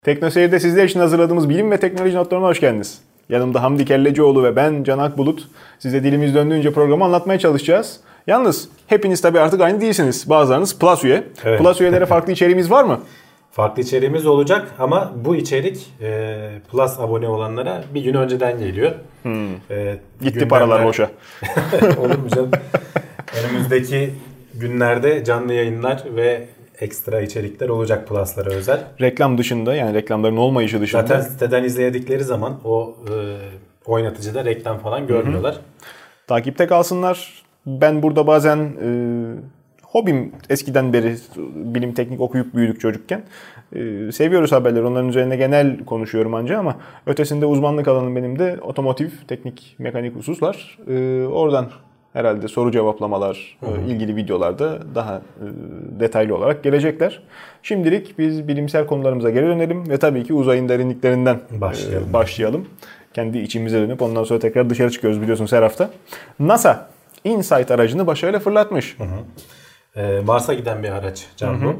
Teknoseyir'de sizler için hazırladığımız bilim ve teknoloji notlarına hoş geldiniz. Yanımda Hamdi Kellecioğlu ve ben Can Akbulut. Size dilimiz döndüğünce programı anlatmaya çalışacağız. Yalnız hepiniz tabii artık aynı değilsiniz. Bazılarınız Plus üye. Evet. Plus üyelere farklı içeriğimiz var mı? Farklı içeriğimiz olacak ama bu içerik Plus abone olanlara bir gün önceden geliyor. Gitti paralar boşa. Olur mu canım? Önümüzdeki günlerde canlı yayınlar ve ekstra içerikler olacak Plus'lara özel. Reklam dışında, yani reklamların olmayışı dışında. Zaten siteden izledikleri zaman o oynatıcıda reklam falan görmüyorlar. Takipte kalsınlar. Ben burada bazen hobim, eskiden beri bilim teknik okuyup büyüdük çocukken. Seviyoruz haberleri. Onların üzerine genel konuşuyorum ancak ama ötesinde uzmanlık alanım benim de otomotiv, teknik, mekanik hususlar. Oradan herhalde soru cevaplamalar, ilgili videolarda daha detaylı olarak gelecekler. Şimdilik biz bilimsel konularımıza geri dönelim ve tabii ki uzayın derinliklerinden başlayalım. Kendi içimize dönüp ondan sonra tekrar dışarı çıkıyoruz biliyorsunuz her hafta. NASA InSight aracını başarıyla fırlatmış. Mars'a giden bir araç Can bu.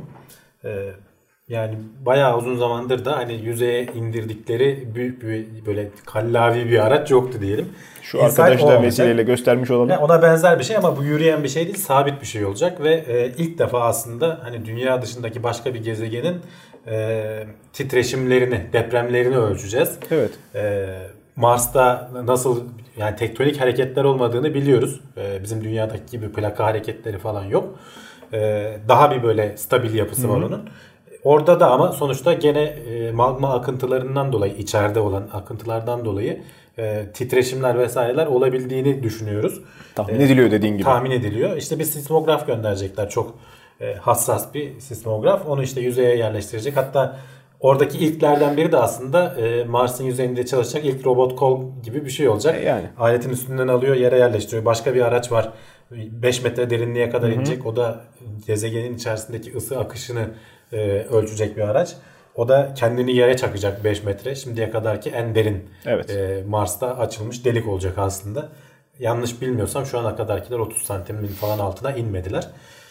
Yani bayağı uzun zamandır da hani yüzeye indirdikleri büyük bir böyle kallavi bir araç yoktu diyelim. Şu InSight arkadaş da vesileyle göstermiş olalım. Yani ona benzer bir şey ama bu yürüyen bir şey değil, sabit bir şey olacak ve ilk defa aslında hani dünya dışındaki başka bir gezegenin titreşimlerini, depremlerini ölçeceğiz. Evet. Mars'ta nasıl yani tektonik hareketler olmadığını biliyoruz. Bizim dünyadaki gibi plaka hareketleri falan yok. Daha bir böyle stabil yapısı var onun. Orada da ama sonuçta gene magma akıntılarından dolayı, içeride olan akıntılardan dolayı titreşimler vesaireler olabildiğini düşünüyoruz. Tahmin ediliyor dediğin gibi. Tahmin ediliyor. İşte bir sismograf gönderecekler. Çok hassas bir sismograf. Onu işte yüzeye yerleştirecek. Hatta oradaki ilklerden biri de aslında Mars'ın yüzeyinde çalışacak ilk robot kol gibi bir şey olacak. Yani. Aletin üstünden alıyor, yere yerleştiriyor. Başka bir araç var. 5 metre derinliğe kadar inecek. O da gezegenin içerisindeki ısı akışını ölçecek bir araç. O da kendini yere çakacak 5 metre. Şimdiye kadarki en derin Mars'ta açılmış delik olacak aslında. Yanlış bilmiyorsam şu ana kadarkiler 30 santimin falan altına inmediler.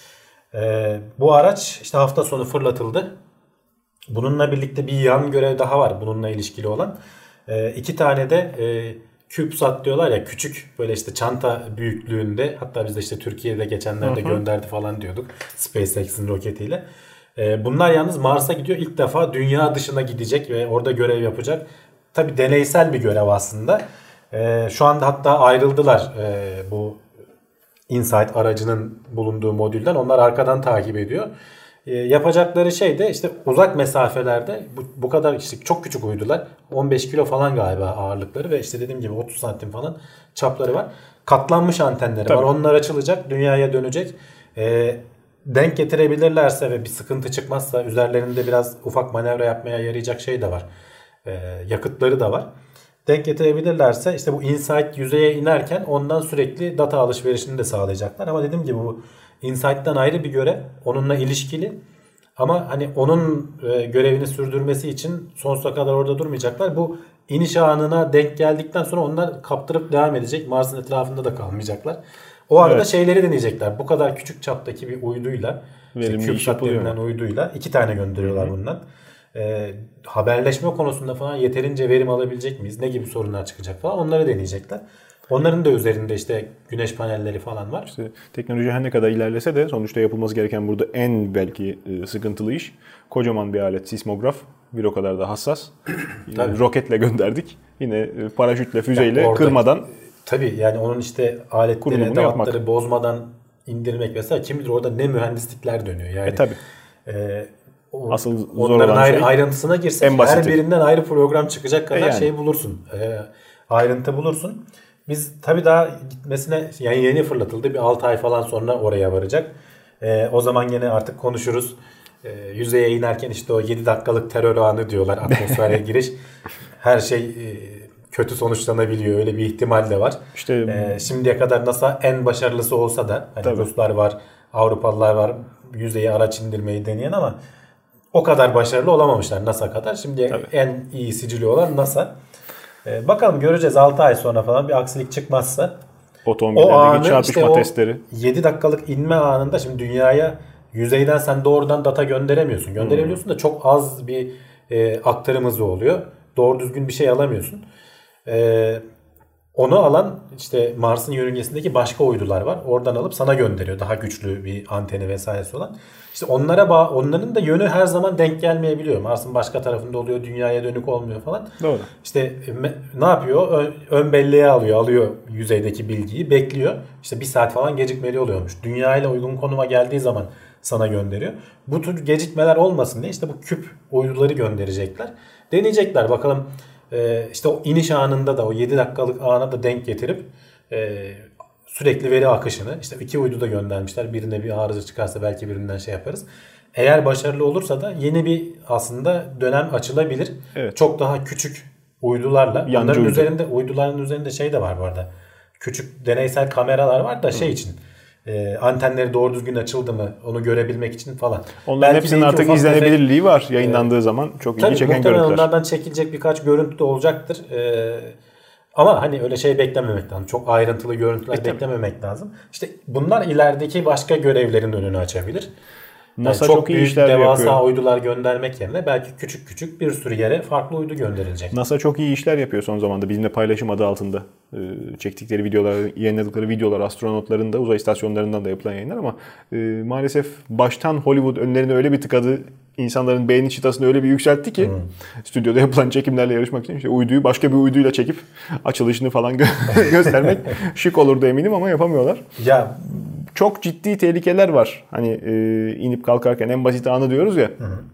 Bu araç işte hafta sonu fırlatıldı. Bununla birlikte bir yan görev daha var bununla ilişkili olan. 2 tane de CubeSat diyorlar ya, küçük böyle işte çanta büyüklüğünde, hatta biz de işte Türkiye'de geçenlerde gönderdi falan diyorduk SpaceX'in roketiyle. Bunlar yalnız Mars'a gidiyor. İlk defa dünya dışına gidecek ve orada görev yapacak. Tabii deneysel bir görev aslında. Şu anda hatta ayrıldılar bu InSight aracının bulunduğu modülden. Onlar arkadan takip ediyor. Yapacakları şey de işte uzak mesafelerde bu kadar işte çok küçük uydular. 15 kilo falan galiba ağırlıkları ve işte dediğim gibi 30 santim falan çapları var. Katlanmış antenleri var. Onlar açılacak, dünyaya dönecek. Denk getirebilirlerse ve bir sıkıntı çıkmazsa üzerlerinde biraz ufak manevra yapmaya yarayacak şey de var. Yakıtları da var. Denk getirebilirlerse işte bu InSight yüzeye inerken ondan sürekli data alışverişini de sağlayacaklar. Ama dediğim gibi bu InSight'tan ayrı bir görev. Onunla ilişkili. Ama hani onun görevini sürdürmesi için sonsuza kadar orada durmayacaklar. Bu iniş anına denk geldikten sonra onlar kaptırıp devam edecek. Mars'ın etrafında da kalmayacaklar. O arada şeyleri deneyecekler. Bu kadar küçük çaptaki bir uyduyla, CubeSat denilen uyduyla 2 tane gönderiyorlar bundan. Haberleşme konusunda falan yeterince verim alabilecek miyiz? Ne gibi sorunlar çıkacak falan, onları deneyecekler. Onların da üzerinde işte güneş panelleri falan var. İşte teknoloji her ne kadar ilerlese de sonuçta yapılması gereken burada en belki sıkıntılı iş kocaman bir alet, sismograf. Bir o kadar da hassas. Roketle gönderdik. Yine paraşütle, füzeyle yani kırmadan. Tabii yani onun işte aletleri, edevatları bozmadan indirmek vesaire. Kim bilir orada ne mühendislikler dönüyor. Yani, tabii. Asıl zor onların olan şey ayrıntısına girsek her birinden ayrı program çıkacak kadar şey bulursun. Ayrıntı bulursun. Biz tabii daha gitmesine yani yeni fırlatıldı. Bir 6 ay falan sonra oraya varacak. O zaman yine artık konuşuruz. Yüzeye inerken işte o 7 dakikalık terör anı diyorlar. Atmosfere giriş. Her şey kötü sonuçlanabiliyor. Öyle bir ihtimal de var. İşte şimdiye kadar NASA en başarılısı olsa da hani Ruslar var, Avrupalılar var yüzeye araç indirmeyi deneyen ama o kadar başarılı olamamışlar NASA kadar. Şimdi en iyi sicili olan NASA. Bakalım göreceğiz 6 ay sonra falan bir aksilik çıkmazsa. Otomobillerdeki çarpışma testleri. 7 dakikalık inme anında şimdi dünyaya yüzeyden sen doğrudan data gönderemiyorsun. Gönderebiliyorsun da çok az bir aktarım hızı oluyor. Doğru düzgün bir şey alamıyorsun. Onu alan işte Mars'ın yörüngesindeki başka uydular var. Oradan alıp sana gönderiyor. Daha güçlü bir anteni vesairesi olan. İşte onların da yönü her zaman denk gelmeyebiliyor. Mars'ın başka tarafında oluyor. Dünyaya dönük olmuyor falan. Doğru. İşte ne yapıyor? Ön belleğe alıyor yüzeydeki bilgiyi. Bekliyor. İşte 1 saat falan gecikmeli oluyormuş. Dünya ile uygun konuma geldiği zaman sana gönderiyor. Bu tür gecikmeler olmasın diye işte bu küp uyduları gönderecekler. Deneyecekler. Bakalım işte o iniş anında da o 7 dakikalık ana da denk getirip sürekli veri akışını işte 2 uydu da göndermişler. Birine bir arıza çıkarsa belki birinden şey yaparız. Eğer başarılı olursa da yeni bir aslında dönem açılabilir. Evet. Çok daha küçük uydularla. Yancı uyduların üzerinde şey de var bu arada. Küçük deneysel kameralar var da şey için. Antenleri doğru düzgün açıldı mı onu görebilmek için falan. Onların hepsinin artık izlenebilirliği var yayınlandığı zaman. Çok ilgi çeken görüntüler. Onlardan çekilecek birkaç görüntü de olacaktır. Ama hani öyle şey beklememek lazım. Çok ayrıntılı görüntüler beklememek lazım. İşte bunlar ilerideki başka görevlerin önünü açabilir. NASA çok çok iyi büyük işler devasa yapıyor. uydular göndermek yerine belki küçük küçük bir sürü yere farklı uydu gönderilecek. NASA çok iyi işler yapıyor son zamanda. Bizimle paylaşım adı altında çektikleri videolar, yayınladıkları videolar, astronotların da uzay istasyonlarından da yapılan yayınlar ama maalesef baştan Hollywood önlerine öyle bir tıkadı, insanların beğeni çıtasını öyle bir yükseltti ki stüdyoda yapılan çekimlerle yarışmak için işte uyduyu başka bir uyduyla çekip açılışını falan göstermek şık olurdu eminim ama yapamıyorlar. Ya çok ciddi tehlikeler var. Hani inip kalkarken en basit anı diyoruz ya.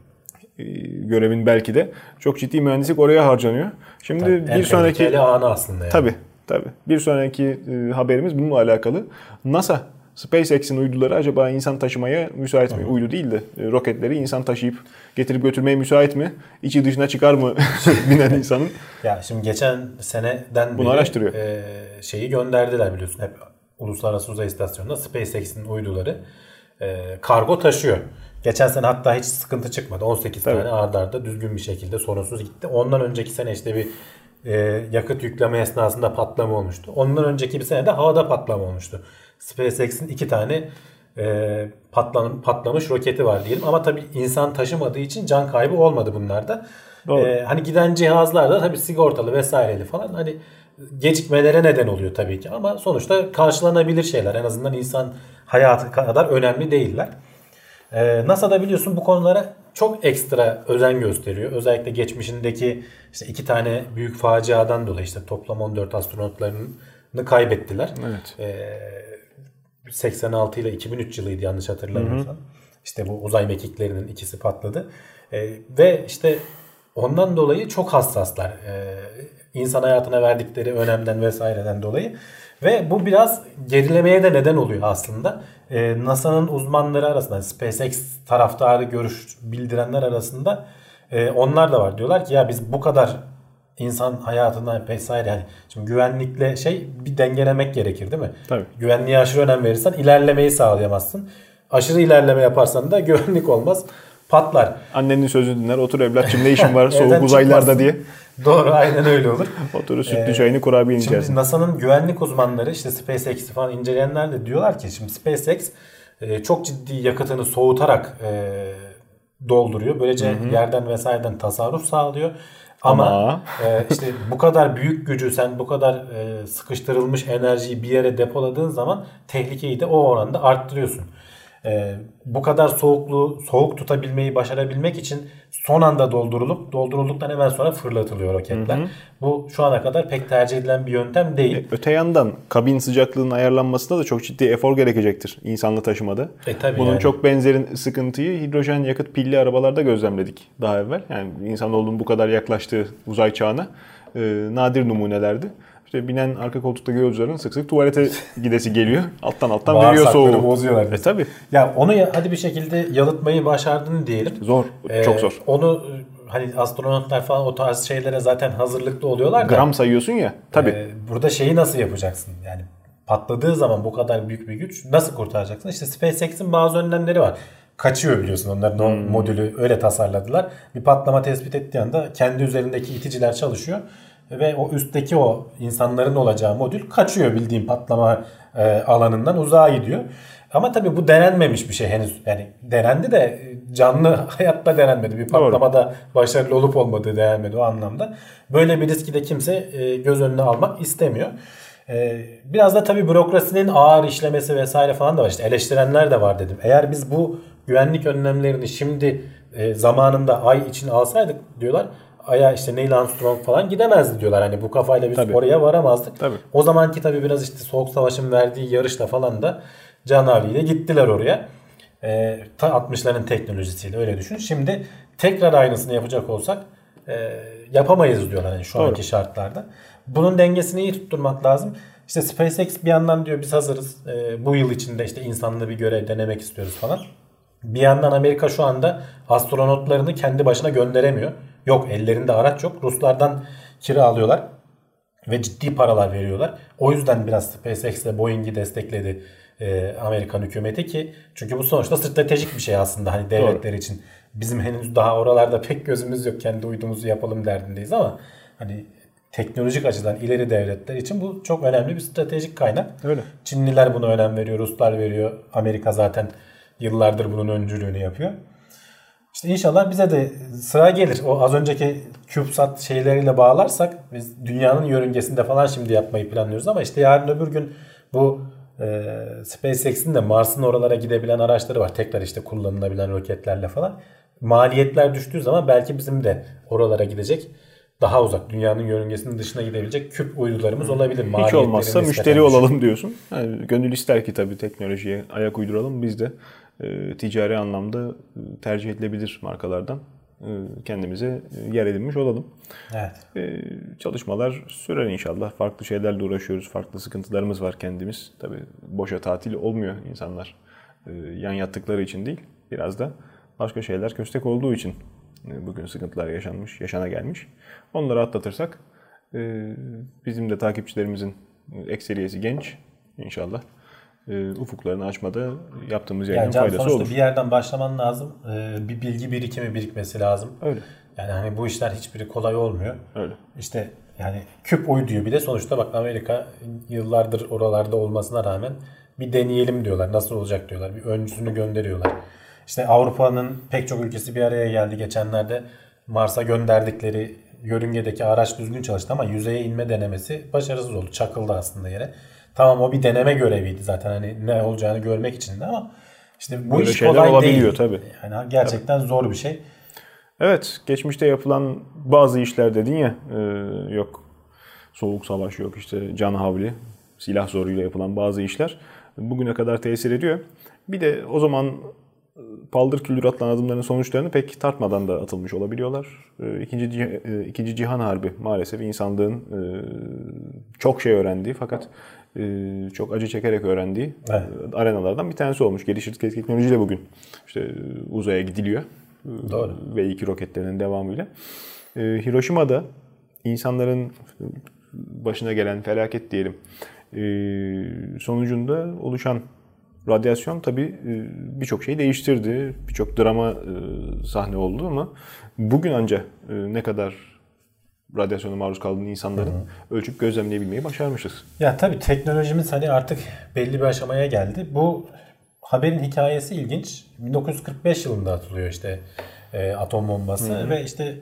Görevin belki de. Çok ciddi mühendislik oraya harcanıyor. Şimdi tabii, bir sonraki anı aslında yani. Tabii. Bir sonraki haberimiz bununla alakalı. NASA SpaceX'in uyduları acaba insan taşımaya müsait mi? Uydu değil de roketleri insan taşıyıp getirip götürmeye müsait mi? İçi dışına çıkar mı binen insanın? Ya şimdi geçen seneden bunu araştırıyor. Şeyi gönderdiler biliyorsun. Hep Uluslararası Uzay İstasyonu'nda SpaceX'in uyduları kargo taşıyor. Geçen sene hatta hiç sıkıntı çıkmadı. 18 tane arda arda düzgün bir şekilde sorunsuz gitti. Ondan önceki sene işte bir yakıt yükleme esnasında patlama olmuştu. Ondan önceki bir sene de havada patlama olmuştu. SpaceX'in 2 tane patlamış roketi var diyelim. Ama tabii insan taşımadığı için can kaybı olmadı bunlarda. Hani giden cihazlar da tabii sigortalı vesaireli falan. Hani gecikmelere neden oluyor tabii ki. Ama sonuçta karşılanabilir şeyler. En azından insan hayatı kadar önemli değiller. NASA'da biliyorsun bu konulara çok ekstra özen gösteriyor. Özellikle geçmişindeki işte 2 tane büyük faciadan dolayı işte toplam 14 astronotlarını kaybettiler. Evet. 86 ile 2003 yılıydı yanlış hatırlamıyorsam. İşte bu uzay mekiklerinin ikisi patladı. Ve işte ondan dolayı çok hassaslar. İnsan hayatına verdikleri önemden vesaireden dolayı. Ve bu biraz gerilemeye de neden oluyor aslında. NASA'nın uzmanları arasında, SpaceX taraftarı görüş bildirenler arasında onlar da var. Diyorlar ki ya biz bu kadar insan hayatına vesaire yani şimdi güvenlikle bir dengelemek gerekir değil mi? Tabii. Güvenliğe aşırı önem verirsen ilerlemeyi sağlayamazsın. Aşırı ilerleme yaparsan da güvenlik olmaz. Patlar. Annenin sözünü dinler. Otur evlatçım ne işin var soğuk uzaylarda diye. Doğru aynen öyle olur. Oturur sütlü çayını kurabiye içersin. Şimdi NASA'nın güvenlik uzmanları işte SpaceX'i falan inceleyenler de diyorlar ki şimdi SpaceX çok ciddi yakıtını soğutarak dolduruyor. Böylece yerden vesaireden tasarruf sağlıyor. Ama işte bu kadar büyük gücü sen bu kadar sıkıştırılmış enerjiyi bir yere depoladığın zaman tehlikeyi de o oranda arttırıyorsun. Bu kadar soğuk tutabilmeyi başarabilmek için son anda doldurulduktan hemen sonra fırlatılıyor roketler. Bu şu ana kadar pek tercih edilen bir yöntem değil. Öte yandan kabin sıcaklığının ayarlanmasında da çok ciddi efor gerekecektir insanlı taşımada. Bunun yani çok benzerin sıkıntıyı hidrojen yakıt pilli arabalarda gözlemledik daha evvel. Yani insanoğlunun bu kadar yaklaştığı uzay çağına nadir numunelerdi. İşte binen arka koltuktaki yolcuların sık sık tuvalete gidesi geliyor. Alttan veriyor soğuğu. Bozuyorlar. Tabii. Ya onu hadi bir şekilde yalıtmayı başardın diyelim. Zor. Çok zor. Onu hani astronotlar falan o tarz şeylere zaten hazırlıklı oluyorlar da. Gram sayıyorsun ya. Tabii. Burada şeyi nasıl yapacaksın? Yani patladığı zaman bu kadar büyük bir güç nasıl kurtaracaksın? İşte SpaceX'in bazı önlemleri var. Kaçıyor biliyorsun onların o modülü öyle tasarladılar. Bir patlama tespit ettiği anda kendi üzerindeki iticiler çalışıyor. Ve o üstteki o insanların olacağı modül kaçıyor bildiğim patlama alanından uzağa gidiyor. Ama tabii bu denenmemiş bir şey henüz. Yani denendi de canlı hayatta denenmedi. Bir patlamada başarılı olup olmadığı denenmedi o anlamda. Böyle bir riski de kimse göz önüne almak istemiyor. Biraz da tabii bürokrasinin ağır işlemesi vesaire falan da var. İşte eleştirenler de var dedim. Eğer biz bu güvenlik önlemlerini şimdi zamanında ay için alsaydık diyorlar. Ay'a işte Neil Armstrong falan gidemezdi diyorlar. Hani bu kafayla biz oraya varamazdık. Tabii. O zamanki tabii biraz işte Soğuk Savaş'ın verdiği yarışla falan da canavliyle gittiler oraya. 60'ların teknolojisiyle öyle düşün. Şimdi tekrar aynısını yapacak olsak yapamayız diyorlar yani şu anki şartlarda. Bunun dengesini iyi tutturmak lazım. İşte SpaceX bir yandan diyor biz hazırız. Bu yıl içinde işte insanlı bir görev denemek istiyoruz falan. Bir yandan Amerika şu anda astronotlarını kendi başına gönderemiyor. Yok ellerinde araç yok. Ruslardan kira alıyorlar. Ve ciddi paralar veriyorlar. O yüzden biraz SpaceX ile Boeing'i destekledi Amerikan hükümeti ki. Çünkü bu sonuçta stratejik bir şey aslında hani devletler için. Bizim henüz daha oralarda pek gözümüz yok. Kendi uydumuzu yapalım derdindeyiz ama hani teknolojik açıdan ileri devletler için bu çok önemli bir stratejik kaynak. Öyle. Çinliler buna önem veriyor, Ruslar veriyor. Amerika zaten yıllardır bunun öncülüğünü yapıyor. İşte inşallah bize de sıra gelir. O az önceki CubeSat şeyleriyle bağlarsak biz dünyanın yörüngesinde falan şimdi yapmayı planlıyoruz ama işte yarın öbür gün bu SpaceX'in de Mars'ın oralara gidebilen araçları var. Tekrar işte kullanılabilen roketlerle falan. Maliyetler düştüğü zaman belki bizim de oralara gidecek daha uzak dünyanın yörüngesinin dışına gidebilecek küp uydularımız olabilir. Hiç olmazsa müşteri olalım diyorsun. Yani gönül ister ki tabii teknolojiye ayak uyduralım. Biz de ticari anlamda tercih edilebilir markalardan kendimize yer edinmiş olalım. Evet. Çalışmalar sürer inşallah. Farklı şeylerle uğraşıyoruz. Farklı sıkıntılarımız var kendimiz. Tabii boşa tatil olmuyor insanlar. Yan yattıkları için değil. Biraz da başka şeyler köstek olduğu için bugün sıkıntılar yaşana gelmiş. Onları atlatırsak bizim de takipçilerimizin ekseriyesi genç inşallah. Ufuklarını açmada yaptığımız yerden faydası olur. Bir yerden başlaman lazım. Bir bilgi birikimi birikmesi lazım. Öyle. Yani hani bu işler hiçbiri kolay olmuyor. Öyle. İşte yani küp uyduyu bile sonuçta bak Amerika yıllardır oralarda olmasına rağmen bir deneyelim diyorlar. Nasıl olacak diyorlar. Bir öncüsünü gönderiyorlar. İşte Avrupa'nın pek çok ülkesi bir araya geldi. Geçenlerde Mars'a gönderdikleri yörüngedeki araç düzgün çalıştı ama yüzeye inme denemesi başarısız oldu. Çakıldı aslında yere. Tamam o bir deneme göreviydi zaten hani ne olacağını görmek için de ama işte bu böyle iş kolay değil. Tabii. Yani gerçekten zor bir şey. Evet, geçmişte yapılan bazı işler dedin ya, yok soğuk savaş, yok işte can havli, silah zoruyla yapılan bazı işler bugüne kadar tesir ediyor. Bir de o zaman paldır küldür atılan adımların sonuçlarını pek tartmadan da atılmış olabiliyorlar. İkinci Cihan Harbi maalesef insanlığın çok şey öğrendiği fakat çok acı çekerek öğrendiği arenalardan bir tanesi olmuş. Geliştirdiği teknolojiyle bugün işte uzaya gidiliyor. Doğru. V2 roketlerinin devamıyla. Hiroşima'da insanların başına gelen felaket diyelim sonucunda oluşan radyasyon tabii birçok şeyi değiştirdi. Birçok drama sahne oldu ama bugün ancak ne kadar radyasyona maruz kaldığını insanların ölçüp gözlemleyebilmeyi başarmışız. Ya tabii teknolojimiz hani artık belli bir aşamaya geldi. Bu haberin hikayesi ilginç. 1945 yılında atılıyor işte atom bombası ve işte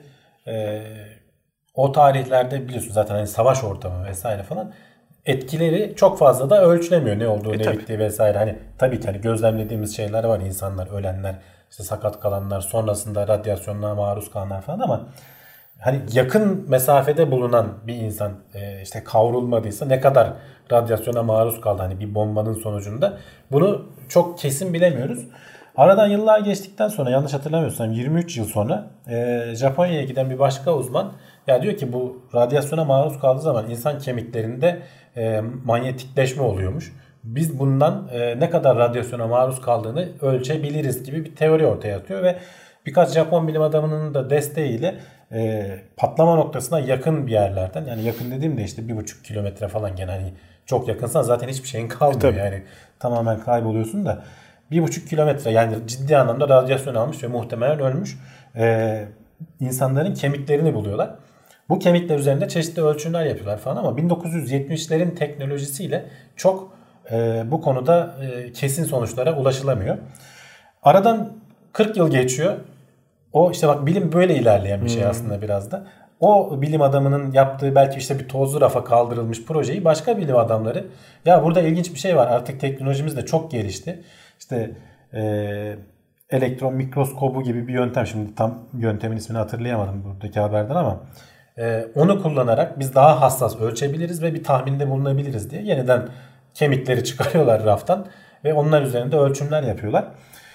o tarihlerde biliyorsun zaten hani savaş ortamı vesaire falan etkileri çok fazla da ölçülemiyor ne olduğu ne bittiği vesaire. Hani tabii ki hani gözlemlediğimiz şeyler var, insanlar ölenler, işte sakat kalanlar, sonrasında radyasyonlara maruz kalanlar falan ama hani yakın mesafede bulunan bir insan işte kavrulmadıysa ne kadar radyasyona maruz kaldı hani bir bombanın sonucunda bunu çok kesin bilemiyoruz. Aradan yıllar geçtikten sonra yanlış hatırlamıyorsam 23 yıl sonra Japonya'ya giden bir başka uzman ya diyor ki bu radyasyona maruz kaldığı zaman insan kemiklerinde manyetikleşme oluyormuş. Biz bundan ne kadar radyasyona maruz kaldığını ölçebiliriz gibi bir teori ortaya atıyor ve birkaç Japon bilim adamının da desteğiyle patlama noktasına yakın bir yerlerden yani yakın dediğimde işte 1,5 kilometre falan gene hani çok yakınsan zaten hiçbir şeyin kalmıyor yani tamamen kayboluyorsun da 1,5 kilometre yani ciddi anlamda radyasyon almış ve muhtemelen ölmüş insanların kemiklerini buluyorlar. Bu kemikler üzerinde çeşitli ölçümler yapıyorlar falan ama 1970'lerin teknolojisiyle çok bu konuda kesin sonuçlara ulaşılamıyor. Aradan 40 yıl geçiyor. O işte bak bilim böyle ilerleyen bir şey aslında biraz da. O bilim adamının yaptığı belki işte bir tozlu rafa kaldırılmış projeyi başka bilim adamları ya burada ilginç bir şey var artık teknolojimiz de çok gelişti. İşte elektron mikroskobu gibi bir yöntem, şimdi tam yöntemin ismini hatırlayamadım buradaki haberden ama onu kullanarak biz daha hassas ölçebiliriz ve bir tahminde bulunabiliriz diye yeniden kemikleri çıkarıyorlar raftan ve onlar üzerinde ölçümler yapıyorlar.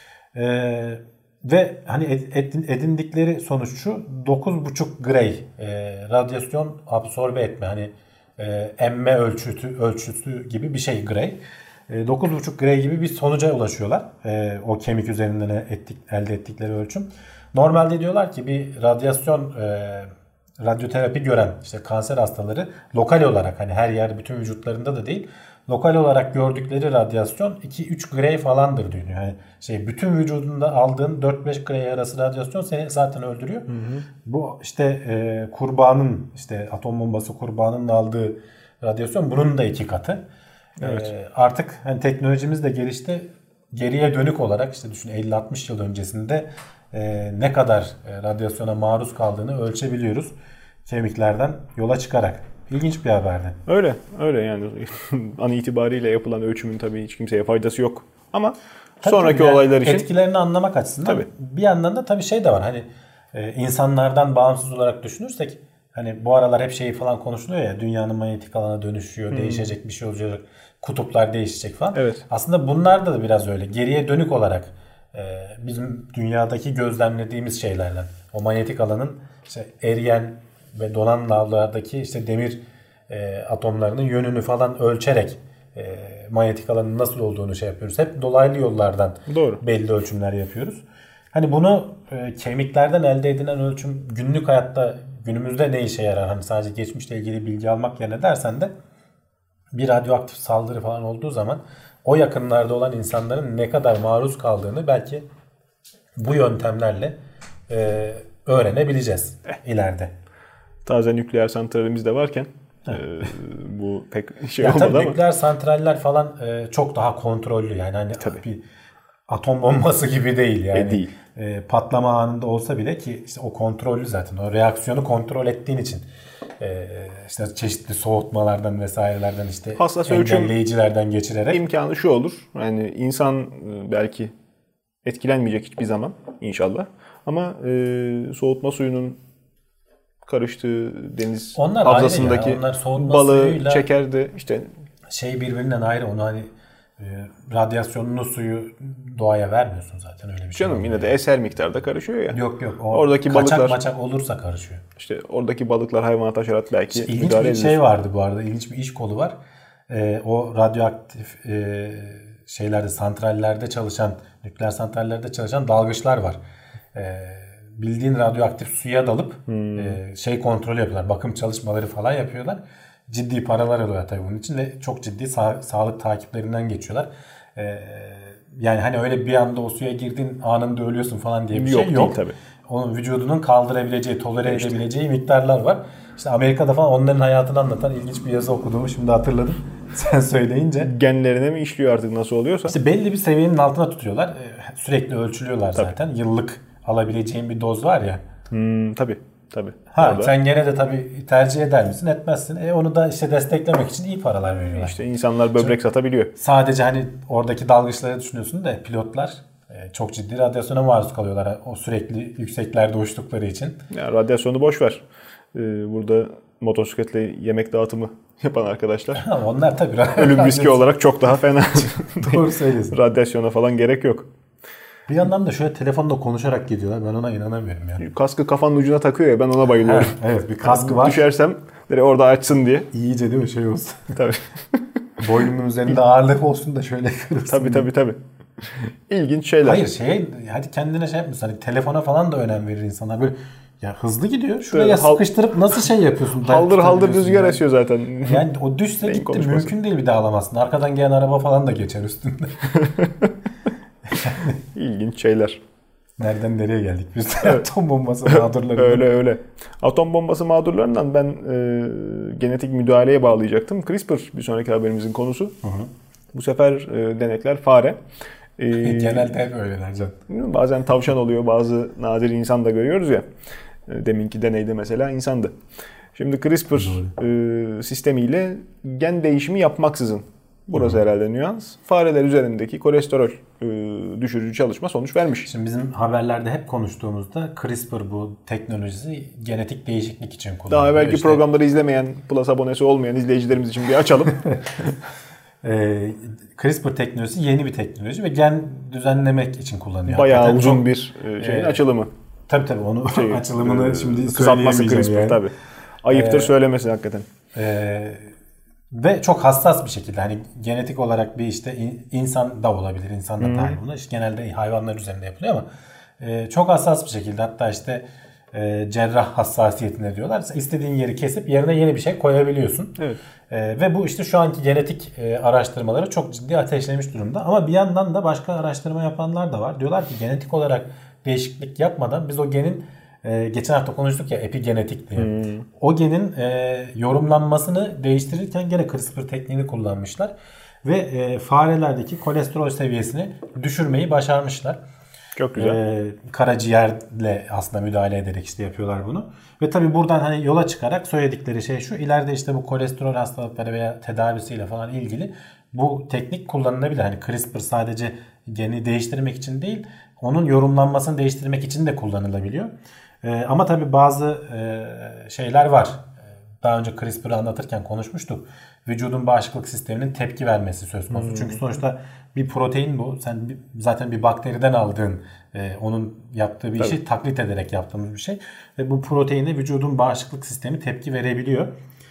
Ve hani edindikleri sonuç şu: 9,5 Gray radyasyon absorbe etme, hani emme ölçüsü gibi bir şey Gray. 9,5 Gray gibi bir sonuca ulaşıyorlar. O kemik üzerinden elde ettikleri ölçüm. Normalde diyorlar ki bir radyoterapi gören işte kanser hastaları lokal olarak, hani her yer bütün vücutlarında da değil, lokal olarak gördükleri radyasyon 2-3 Gray falandır diyor. Yani bütün vücudunda aldığın 4-5 Gray arası radyasyon seni zaten öldürüyor. Bu işte kurbanın, işte atom bombası kurbanının aldığı radyasyon bunun da 2 katı. Evet. Artık hani teknolojimiz de gelişti. Geriye dönük olarak işte düşün 50-60 yıl öncesinde ne kadar radyasyona maruz kaldığını ölçebiliyoruz kemiklerden yola çıkarak. İlginç bir haberdi. Öyle yani an itibariyle yapılan ölçümün tabii hiç kimseye faydası yok. Ama tabii sonraki yani olaylar için etkilerini anlamak açısından tabii. Bir yandan da tabii şey de var. Hani insanlardan bağımsız olarak düşünürsek, hani bu aralar hep şey falan konuşuluyor ya, dünyanın manyetik alana dönüşüyor, değişecek bir şey olacak, kutuplar değişecek falan. Evet. Aslında bunlar da biraz öyle. Geriye dönük olarak bizim dünyadaki gözlemlediğimiz şeylerden, o manyetik alanın işte eriyen ve donan lavlardaki işte demir atomlarının yönünü falan ölçerek manyetik alanın nasıl olduğunu şey yapıyoruz. Hep dolaylı yollardan belli ölçümler yapıyoruz. Hani bunu kemiklerden elde edilen ölçüm günlük hayatta günümüzde ne işe yarar? Hani sadece geçmişle ilgili bilgi almak yerine dersen de bir radyoaktif saldırı falan olduğu zaman o yakınlarda olan insanların ne kadar maruz kaldığını belki bu yöntemlerle öğrenebileceğiz ileride. Taze nükleer santralimiz de varken bu pek şey ya olmadı tabii ama. Nükleer santraller falan çok daha kontrollü yani hani bir atom bombası gibi değil yani. Değil. Patlama anında olsa bile ki işte o kontrollü zaten, o reaksiyonu kontrol ettiğin için işte çeşitli soğutmalardan vesairelerden işte hassas engelleyicilerden geçirerek imkanı şu olur. Yani insan belki etkilenmeyecek hiçbir zaman inşallah. Ama soğutma suyunun karıştığı deniz havzasındaki balığı çeker de işte birbirinden ayrı. Onu hani radyasyonlu suyu doğaya vermiyorsun zaten, öyle bir şey. Canım yine de eser miktarda karışıyor ya. Yok. Oradaki kaçak olursa karışıyor. İşte oradaki balıklar, hayvanat, haşerat belki İlginç bir edilir. şey vardı bu arada. İlginç bir iş kolu var. O radyoaktif şeylerde, santrallerde çalışan, nükleer santrallerde çalışan dalgıçlar var. Bildiğin radyoaktif suya dalıp kontrol yapıyorlar. Bakım çalışmaları falan yapıyorlar. Ciddi paralar alıyorlar tabii bunun için ve çok ciddi sağlık takiplerinden geçiyorlar. Yani hani öyle bir anda o suya girdin anında ölüyorsun falan diye bir şey yok. Tabii. Onun vücudunun kaldırabileceği, tolere edebileceği miktarlar var. İşte Amerika'da falan onların hayatını anlatan ilginç bir yazı okuduğumu şimdi hatırladım. Sen söyleyince. Genlerine mi işliyor artık nasıl oluyorsa? İşte belli bir seviyenin altına tutuyorlar. Sürekli ölçülüyorlar zaten. Yıllık alabileceğin bir doz var ya. Tabii. Sen gene de tabii tercih eder misin? Etmezsin. Onu da işte desteklemek için iyi paralar veriyorlar. İşte insanlar böbrek satabiliyor. Sadece hani oradaki dalgıçları düşünüyorsun da pilotlar çok ciddi radyasyona maruz kalıyorlar. O sürekli yükseklerde uçtukları için. Ya radyasyonu boş ver. Burada motosikletle yemek dağıtımı yapan arkadaşlar. Onlar tabii. Ölüm riski olarak çok daha fena. Doğru söylüyorsun. Radyasyona falan gerek yok. Bir yandan da şöyle telefonda konuşarak gidiyorlar. Ben ona inanamıyorum yani. Kaskı kafanın ucuna takıyor ya, ben ona bayılıyorum. Evet, bir kaskı var. Düşersem orada açsın diye. İyice değil mi şey olsun. Tabii. Boynumun üzerinde ağırlık olsun da şöyle kırılsın. Tabii. İlginç şeyler. Hayır hadi kendine şey yapmışsın. Hani telefona falan da önem verir insanlar. Böyle ya hızlı gidiyor. Şuraya sıkıştırıp nasıl şey yapıyorsun? Haldır rüzgar esiyor zaten. Yani o düşse gitti. Mümkün değil bir daha alamazsın. Arkadan gelen araba falan da geçer üstünde. İlginç şeyler. Nereden nereye geldik biz? Atom bombası mağdurları. Öyle. Atom bombası mağdurlarından ben genetik müdahaleye bağlayacaktım. CRISPR bir sonraki haberimizin konusu. Bu sefer denekler fare. Genelde hep öyleler canım. Bazen tavşan oluyor, bazı nadir insan da görüyoruz ya. Deminki deneyde mesela insandı. Şimdi CRISPR sistemiyle gen değişimi yapmaksızın, burası herhalde nüans, fareler üzerindeki kolesterol düşürücü çalışma sonuç vermiş. Şimdi bizim haberlerde hep konuştuğumuzda CRISPR bu teknolojisi genetik değişiklik için kullanılıyor. Daha evvelki programları izlemeyen, Plus abonesi olmayan izleyicilerimiz için bir açalım. CRISPR teknolojisi yeni bir teknoloji ve gen düzenlemek için kullanılıyor. Bayağı hakikaten uzun bir şeyin açılımı. Tabii onu açılımını şimdi kısaltması söyleyemeyeceğim CRISPR yani. tabii. Ayıptır söylemesi hakikaten. Ve çok hassas bir şekilde hani genetik olarak bir işte insan da olabilir, insan da dahil buna. İşte genelde hayvanlar üzerinde yapılıyor ama çok hassas bir şekilde, hatta işte cerrah hassasiyetine diyorlar. İstediğin yeri kesip yerine yeni bir şey koyabiliyorsun. Evet. Ve bu işte şu anki genetik araştırmaları çok ciddi ateşlemiş durumda. Ama bir yandan da başka araştırma yapanlar da var. Diyorlar ki genetik olarak değişiklik yapmadan biz o genin geçen hafta konuştuk ya, epigenetik diye. O genin yorumlanmasını değiştirirken gene CRISPR tekniğini kullanmışlar. Ve farelerdeki kolesterol seviyesini düşürmeyi başarmışlar. Çok güzel. Karaciğerle aslında müdahale ederek işte yapıyorlar bunu. Ve tabii buradan hani yola çıkarak söyledikleri şey şu: ileride işte bu kolesterol hastalıkları veya tedavisiyle falan ilgili bu teknik kullanılabilir. Hani CRISPR sadece geni değiştirmek için değil, onun yorumlanmasını değiştirmek için de kullanılabiliyor. Ama tabii bazı şeyler var. Daha önce CRISPR'ı anlatırken konuşmuştuk. Vücudun bağışıklık sisteminin tepki vermesi söz konusu. Çünkü sonuçta bir protein bu. Sen zaten bir bakteriden aldığın, onun yaptığı bir işi taklit ederek yaptığımız bir şey. Ve bu proteine vücudun bağışıklık sistemi tepki verebiliyor.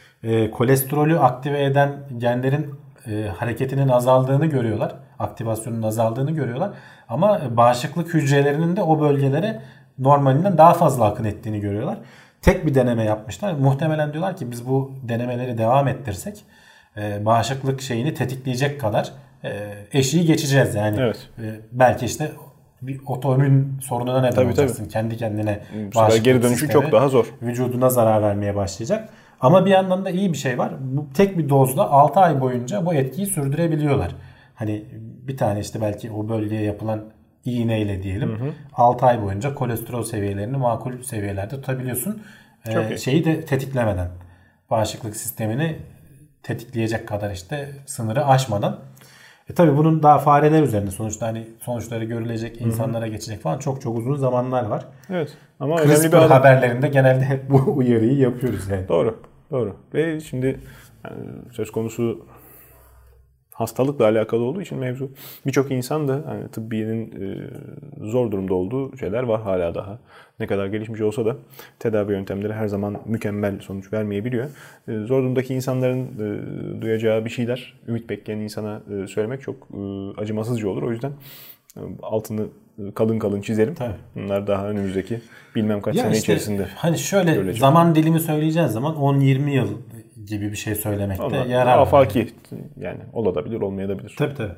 Kolesterolü aktive eden genlerin hareketinin azaldığını görüyorlar. Aktivasyonun azaldığını görüyorlar. Ama bağışıklık hücrelerinin de o bölgelere normalinden daha fazla akın ettiğini görüyorlar. Tek bir deneme yapmışlar. Muhtemelen diyorlar ki biz bu denemeleri devam ettirsek bağışıklık şeyini tetikleyecek kadar eşiği geçeceğiz. Yani evet. Belki işte bir otoimmün sorununa neden olacaksın. Kendi kendine bağışıklık geri dönüşü çok daha zor. Vücuduna zarar vermeye başlayacak. Ama bir yandan da iyi bir şey var. Bu tek bir dozla 6 ay boyunca bu etkiyi sürdürebiliyorlar. Hani bir tane işte belki o bölgeye yapılan iğneyle diyelim 6 ay boyunca kolesterol seviyelerini makul seviyelerde tutabiliyorsun. Şeyi de tetiklemeden, bağışıklık sistemini tetikleyecek kadar işte sınırı aşmadan. Tabii bunun daha fareler üzerinde sonuçta hani sonuçları görülecek, insanlara geçecek falan çok uzun zamanlar var. Evet. Ama CRISPR haberlerinde genelde hep bu uyarıyı yapıyoruz yani. Doğru. Ve şimdi söz konusu hastalıkla alakalı olduğu için mevzu, birçok insan da hani tıbbiyenin zor durumda olduğu şeyler var hala daha. Ne kadar gelişmiş olsa da tedavi yöntemleri her zaman mükemmel sonuç vermeyebiliyor. Zor durumdaki insanların duyacağı bir şeyler, ümit bekleyen insana söylemek çok acımasızca olur. O yüzden altını kalın çizelim. Tabii. Bunlar daha önümüzdeki bilmem kaç sene işte, içerisinde. Hani şöyle görülecek. Zaman dilimi söyleyeceğiz zaman 10-20 yıl gibi bir şey söylemekte yarar var. Afaki yani olabilir, olmayabilir. Tabii.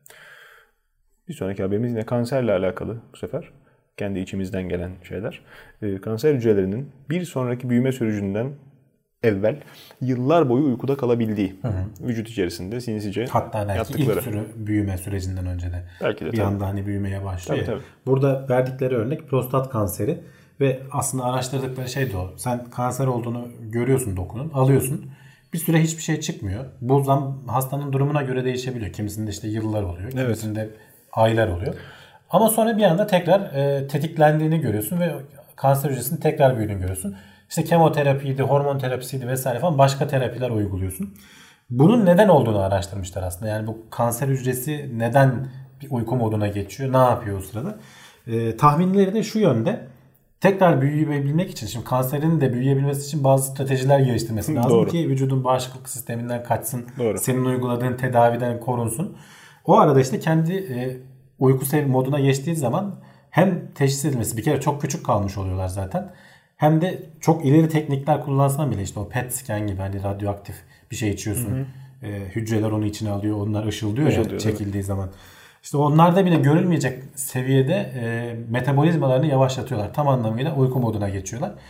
Bir sonraki haberimiz yine kanserle alakalı bu sefer. Kendi içimizden gelen şeyler. Kanser hücrelerinin bir sonraki büyüme sürecinden evvel yıllar boyu uykuda kalabildiği, vücut içerisinde sinsice hatta belki yattıkları. ilk büyüme sürecinden önce de belki de bir anda hani büyümeye başlıyor. Tabii. Burada verdikleri örnek prostat kanseri ve aslında araştırdıkları şey de o. Sen kanser olduğunu görüyorsun dokunun, alıyorsun. Bir süre hiçbir şey çıkmıyor. Bu hastanın durumuna göre değişebiliyor. Kimisinde işte yıllar oluyor, kimisinde aylar oluyor. Ama sonra bir anda tekrar tetiklendiğini görüyorsun ve kanser hücresinin tekrar büyüdüğünü görüyorsun. İşte kemoterapiydi, hormon terapisiydi vesaire falan başka terapiler uyguluyorsun. Bunun neden olduğunu araştırmışlar aslında. Yani bu kanser hücresi neden bir uyku moduna geçiyor, ne yapıyor o sırada? Tahminleri de şu yönde. Tekrar büyüyebilmek için, şimdi kanserin de büyüyebilmesi için bazı stratejiler geliştirmesi lazım ki vücudun bağışıklık sisteminden kaçsın, senin uyguladığın tedaviden korunsun. O arada işte kendi uyku moduna geçtiği zaman hem teşhis edilmesi, bir kere çok küçük kalmış oluyorlar zaten, hem de çok ileri teknikler kullansan bile işte o PET scan gibi hani radyoaktif bir şey içiyorsun, hücreler onu içine alıyor, onlar ışıldıyor ya çekildiği zaman. İşte onlarda bile görülmeyecek seviyede metabolizmalarını yavaşlatıyorlar. Tam anlamıyla uyku moduna geçiyorlar.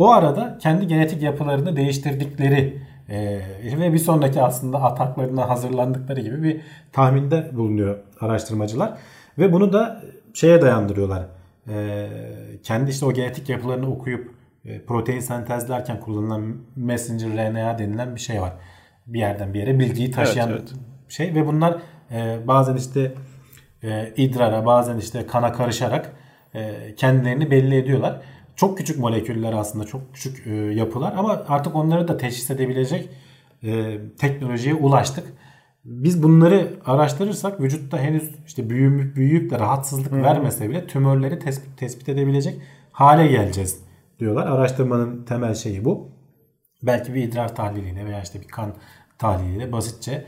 O arada kendi genetik yapılarını değiştirdikleri ve bir sonraki aslında ataklarına hazırlandıkları gibi bir tahminde bulunuyor araştırmacılar. Ve bunu da şeye dayandırıyorlar. Kendi işte o genetik yapılarını okuyup protein sentezlerken kullanılan messenger RNA denilen bir şey var. Bir yerden bir yere bilgiyi taşıyan şey ve bunlar bazen işte idrara, bazen işte kana karışarak kendilerini belli ediyorlar. Çok küçük moleküller aslında, çok küçük yapılar ama artık onları da teşhis edebilecek teknolojiye ulaştık. Biz bunları araştırırsak vücutta henüz işte büyüyüp de rahatsızlık vermese bile tümörleri tespit edebilecek hale geleceğiz diyorlar. Araştırmanın temel şeyi bu. Belki bir idrar tahliliyle veya işte bir kan tahliliyle basitçe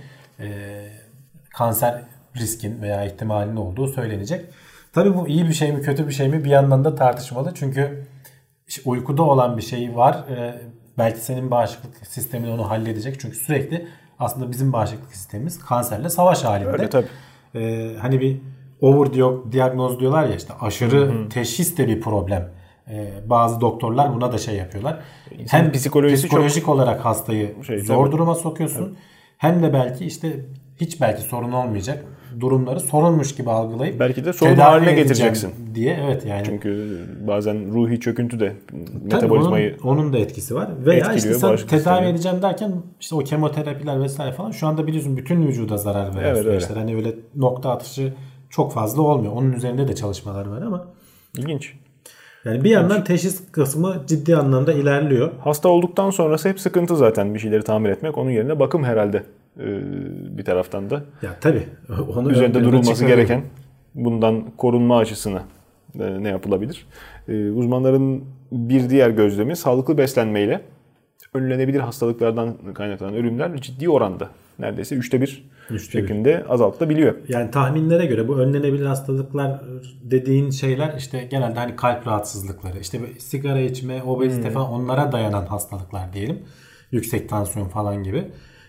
kanser riskin veya ihtimalinin olduğu söylenecek. Tabii bu iyi bir şey mi kötü bir şey mi bir yandan da tartışmalı. Çünkü işte uykuda olan bir şey var. Belki senin bağışıklık sistemin onu halledecek. Çünkü sürekli aslında bizim bağışıklık sistemimiz kanserle savaş halinde. Öyle tabii. Hani bir overdiagnoz diyorlar ya, işte aşırı teşhis de bir problem. Bazı doktorlar buna da şey yapıyorlar. Hem psikolojik olarak hastayı zor duruma sokuyorsun. Evet. Hem de belki işte belki sorun olmayacak durumları sorunmuş gibi algılayıp belki de sorun haline getireceksin diye. Evet yani. Çünkü bazen ruhi çöküntü de metabolizmayı onun da etkisi var. Veya işte sen tedavi edeceğim derken işte o kemoterapiler vesaire falan şu anda biliyorsun bütün vücuda zarar veren süreçler. Hani öyle nokta atışı çok fazla olmuyor. Onun üzerinde de çalışmalar var ama ilginç. Yani bir yandan teşhis kısmı ciddi anlamda ilerliyor. Hasta olduktan sonrası hep sıkıntı zaten bir şeyleri tamir etmek. Onun yerine bakım herhalde bir taraftan da. Ya tabii. Onu üzerinde durulması gereken bundan korunma açısına ne yapılabilir? Uzmanların bir diğer gözlemi sağlıklı beslenmeyle önlenebilir hastalıklardan kaynaklanan ölümler ciddi oranda. Neredeyse 1/3 şeklinde azaltılabiliyor. Yani tahminlere göre bu önlenebilir hastalıklar dediğin şeyler işte genelde hani kalp rahatsızlıkları, işte sigara içme, obezite falan onlara dayanan hastalıklar diyelim. Yüksek tansiyon falan gibi.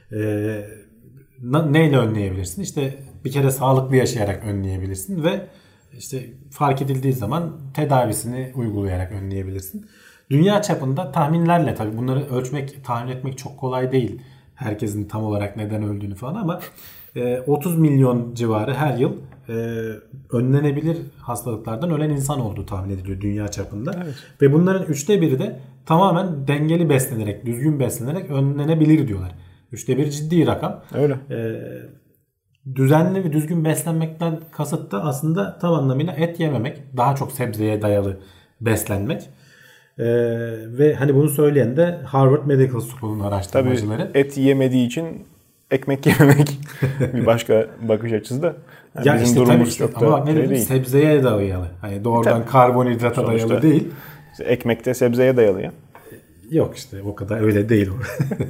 Neyle önleyebilirsin? İşte bir kere sağlıklı yaşayarak önleyebilirsin ve işte fark edildiği zaman tedavisini uygulayarak önleyebilirsin. Dünya çapında tahminlerle tabii bunları ölçmek, tahmin etmek çok kolay değil. Herkesin tam olarak neden öldüğünü falan ama 30 milyon civarı her yıl önlenebilir hastalıklardan ölen insan olduğu tahmin ediliyor dünya çapında. Evet. Ve bunların 1/3 de tamamen dengeli beslenerek, düzgün beslenerek önlenebilir diyorlar. 1/3 ciddi rakam. Öyle. Düzenli ve düzgün beslenmekten kasıt da aslında tam anlamıyla et yememek, daha çok sebzeye dayalı beslenmek. Ve hani bunu söyleyen de Harvard Medical School'un araştırmacıları. Tabii et yemediği için ekmek yememek bir başka bakış açısı da. Yani ya bizim işte durumumuz çok da ama bak ne dedim, sebzeye dayalı. Hani doğrudan karbonhidrata dayalı değil. Ekmekte sebzeye dayalı ya. Yok işte o kadar öyle değil o.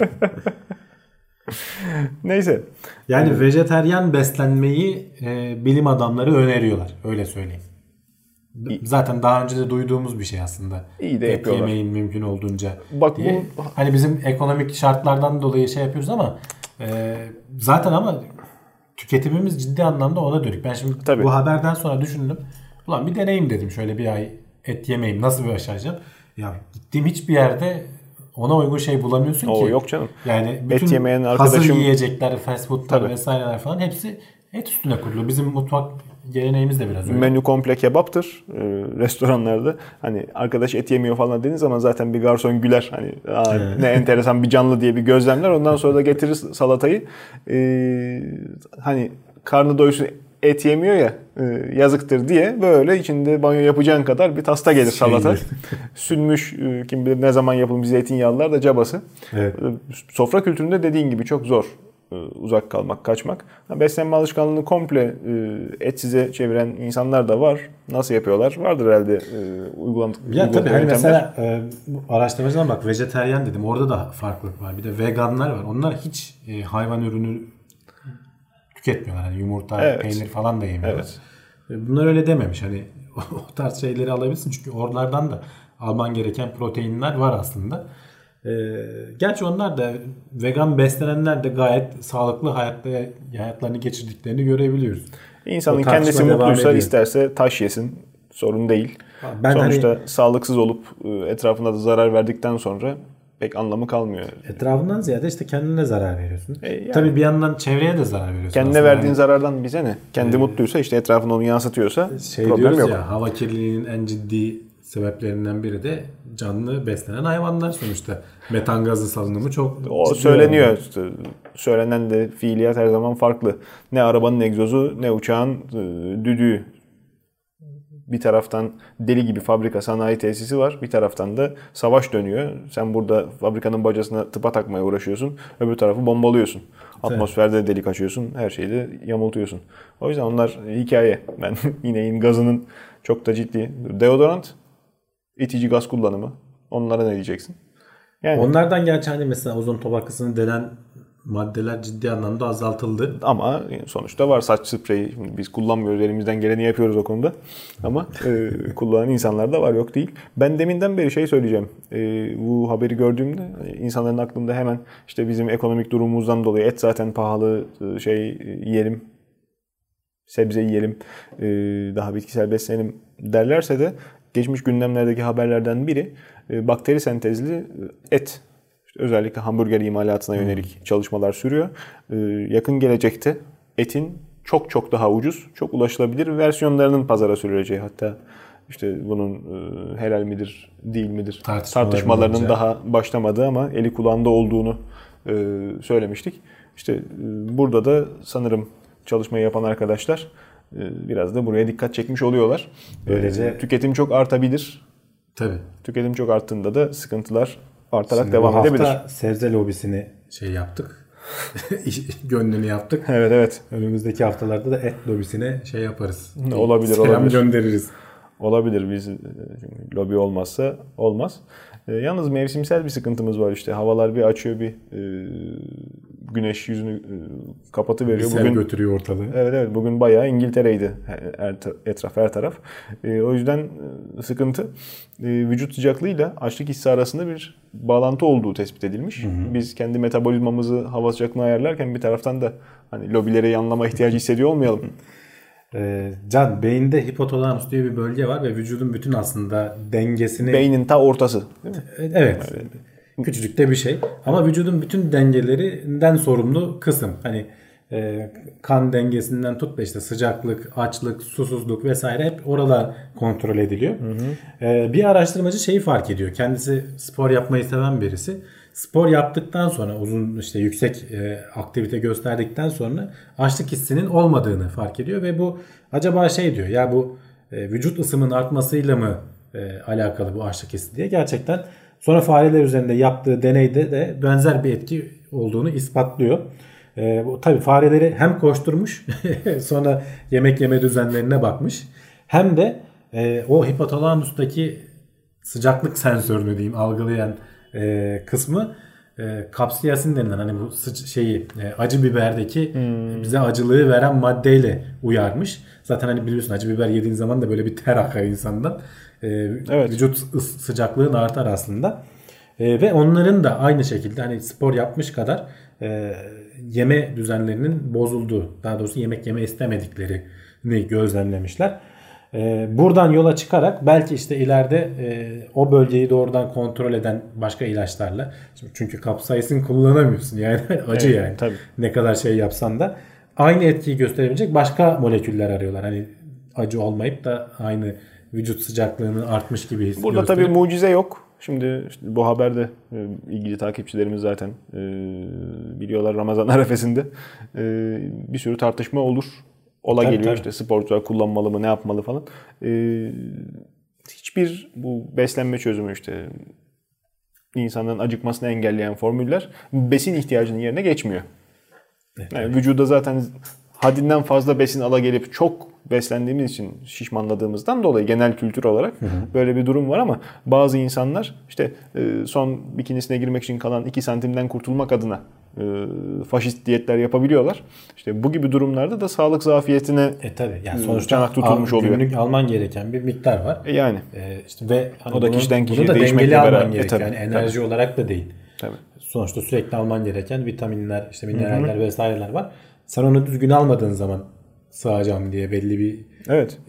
Neyse. Yani vejeteryan beslenmeyi bilim adamları öneriyorlar. Öyle söyleyeyim. Zaten daha önce de duyduğumuz bir şey aslında. İyi de yapıyorlar. Et yemeyin mümkün olduğunca. Bak diye. Hani bizim ekonomik şartlardan dolayı şey yapıyoruz ama zaten ama tüketimimiz ciddi anlamda ona dönük. Ben şimdi bu haberden sonra düşündüm. Ulan bir deneyim dedim. Şöyle bir ay et yemeyeyim. Nasıl bir başaracağım? Ya gittiğim hiçbir yerde ona uygun şey bulamıyorsun ki. Yok canım. Yani bütün et yemeyen arkadaşım... hazır yiyecekler, fast foodlar vesaireler falan hepsi et üstüne kurulu. Bizim mutfak geleneğimiz de biraz öyle. Menü komple kebaptır restoranlarda. Hani arkadaş et yemiyor falan dediğin zaman zaten bir garson güler. Hani ne enteresan bir canlı diye bir gözlemler. Ondan sonra da getirir salatayı. Hani karnı doysun et yemiyor ya yazıktır diye böyle içinde banyo yapacağın kadar bir tasta gelir salata. Sünmüş kim bilir ne zaman yapılmış zeytinyağlılar da cabası. Evet. Sofra kültüründe dediğin gibi çok zor uzak kalmak, kaçmak. Beslenme alışkanlığını komple etsize çeviren insanlar da var. Nasıl yapıyorlar? Vardır herhalde uyguladıkları yöntemler. Tabii hani mesela araştırmacıdan bak vejeteryan dedim. Orada da farklılık var. Bir de veganlar var. Onlar hiç hayvan ürünü tüketmiyorlar. Yani yumurta, peynir falan da yemiyorlar. Evet. Bunlar öyle dememiş. Hani o tarz şeyleri alabilirsin. Çünkü oralardan da alman gereken proteinler var aslında. Gerçi onlar da vegan beslenenler de gayet sağlıklı hayatlarını geçirdiklerini görebiliyoruz. İnsanın kendisi mutluysa isterse taş yesin, sorun değil. Ben Sonuçta sağlıksız olup etrafına da zarar verdikten sonra pek anlamı kalmıyor. Etrafından ziyade işte kendine zarar veriyorsun. Yani. Tabii bir yandan çevreye de zarar veriyorsun. Kendine verdiğin zarardan bize ne? Kendi mutluysa işte etrafına onu yansıtıyorsa problem yok. Ya, hava kirliliğinin en ciddi sebeplerinden biri de canlı beslenen hayvanlar sonuçta. Metan gazı salınımı çok o söyleniyor. İşte, söylenen de fiiliyat her zaman farklı. Ne arabanın egzozu ne uçağın düdüğü. Bir taraftan deli gibi fabrika, sanayi tesisi var. Bir taraftan da savaş dönüyor. Sen burada fabrikanın bacasına tıpa takmaya uğraşıyorsun. Öbür tarafı bombalıyorsun. Atmosferde delik açıyorsun. Her şeyi de yamultuyorsun. O yüzden onlar hikaye. Ben ineğin gazının çok da ciddi. Deodorant, itici gaz kullanımı. Onlara ne diyeceksin? Yani, onlardan gerçi hani mesela ozon tabakasını delen maddeler ciddi anlamda azaltıldı. Ama sonuçta var saç spreyi. Biz kullanmıyoruz. Elimizden geleni yapıyoruz o konuda. Ama kullanan insanlar da var. Yok değil. Ben deminden beri şey söyleyeceğim. Bu haberi gördüğümde insanların aklında hemen işte bizim ekonomik durumumuzdan dolayı et zaten pahalı, yiyelim, sebze yiyelim, daha bitkisel beslenelim derlerse de geçmiş gündemlerdeki haberlerden biri bakteri sentezli et. Özellikle hamburger imalatına yönelik çalışmalar sürüyor. Yakın gelecekte etin çok çok daha ucuz, çok ulaşılabilir versiyonlarının pazara sürüleceği, hatta işte bunun helal midir, değil midir tartışmalarının daha başlamadığı ama eli kulağında olduğunu söylemiştik. İşte burada da sanırım çalışmayı yapan arkadaşlar biraz da buraya dikkat çekmiş oluyorlar. Böylece tüketim çok artabilir. Tabii. Tüketim çok arttığında da sıkıntılar artarak devam edebilir. Bu hafta sebze lobisini yaptık. Gönlünü yaptık. Evet. Önümüzdeki haftalarda da et lobisine yaparız. Olabilir. Selam göndeririz. Olabilir. Biz lobi olmazsa olmaz. Yalnız mevsimsel bir sıkıntımız var işte. Havalar bir açıyor, bir güneş yüzünü kapatıveriyor. Bugün götürüyor ortalığı. Evet. Bugün bayağı İngiltere'ydi her taraf. O yüzden sıkıntı. Vücut sıcaklığıyla açlık hissi arasında bir bağlantı olduğu tespit edilmiş. Hı hı. Biz kendi metabolizmamızı hava sıcaklığına ayarlarken bir taraftan da hani lobilere yanlama ihtiyacı hissediyor olmayalım. Can, beyinde hipotalamus diye bir bölge var ve vücudun bütün aslında dengesini... Beynin ta ortası değil mi? Evet. Küçücük de bir şey. Ama vücudun bütün dengelerinden sorumlu kısım. Hani kan dengesinden tut da işte sıcaklık, açlık, susuzluk vesaire hep oralar kontrol ediliyor. Hı hı. Bir araştırmacı şeyi fark ediyor. Kendisi spor yapmayı seven birisi. Spor yaptıktan sonra uzun yüksek aktivite gösterdikten sonra açlık hissinin olmadığını fark ediyor ve bu acaba diyor ya bu vücut ısımının artmasıyla mı alakalı bu açlık hissi diye gerçekten sonra fareler üzerinde yaptığı deneyde de benzer bir etki olduğunu ispatlıyor. Tabii fareleri hem koşturmuş sonra yemek yeme düzenlerine bakmış hem de o hipotalamus'taki sıcaklık sensörünü diyeyim algılayan kısmı kapsiyasin denilen hani bu acı biberdeki bize acılığı veren maddeyle uyarmış. Zaten hani biliyorsun acı biber yediğin zaman da böyle bir ter akar insandan. Evet. Vücut sıcaklığın artar aslında. Ve onların da aynı şekilde hani spor yapmış kadar yeme düzenlerinin bozulduğu, daha doğrusu yemek yeme istemediklerini gözlemlemişler. Buradan yola çıkarak belki işte ileride o bölgeyi doğrudan kontrol eden başka ilaçlarla, çünkü kapsaisin kullanamıyorsun yani acı evet, yani tabii. Ne kadar yapsan da aynı etkiyi gösterebilecek başka moleküller arıyorlar. Hani acı olmayıp da aynı vücut sıcaklığının artmış gibi hissediyoruz. Burada tabii mucize yok. Şimdi işte bu haberde ilgili takipçilerimiz zaten biliyorlar, Ramazan arefesinde bir sürü tartışma olur. Geliyor tabii. İşte sporcular kullanmalı mı, ne yapmalı falan. Hiçbir bu beslenme çözümü işte insanların acıkmasını engelleyen formüller besin ihtiyacının yerine geçmiyor. Evet. Yani vücuda zaten haddinden fazla besin gelip çok beslendiğimiz için şişmanladığımızdan dolayı genel kültür olarak böyle bir durum var ama bazı insanlar işte son bikinisine girmek için kalan 2 santimden kurtulmak adına faşist diyetler yapabiliyorlar. İşte bu gibi durumlarda da sağlık zafiyetine tabii. Yani sonuçta çanak tutulmuş oluyor. Günlük alman gereken bir miktar var. Yani. Ve hani o da kişiden kişiye bunu da değişmekle beraber. Yani enerji olarak da değil. Tabii. Sonuçta sürekli alman gereken vitaminler, işte mineraller vesaireler var. Sen onu düzgün almadığın zaman sığacağım diye belli bir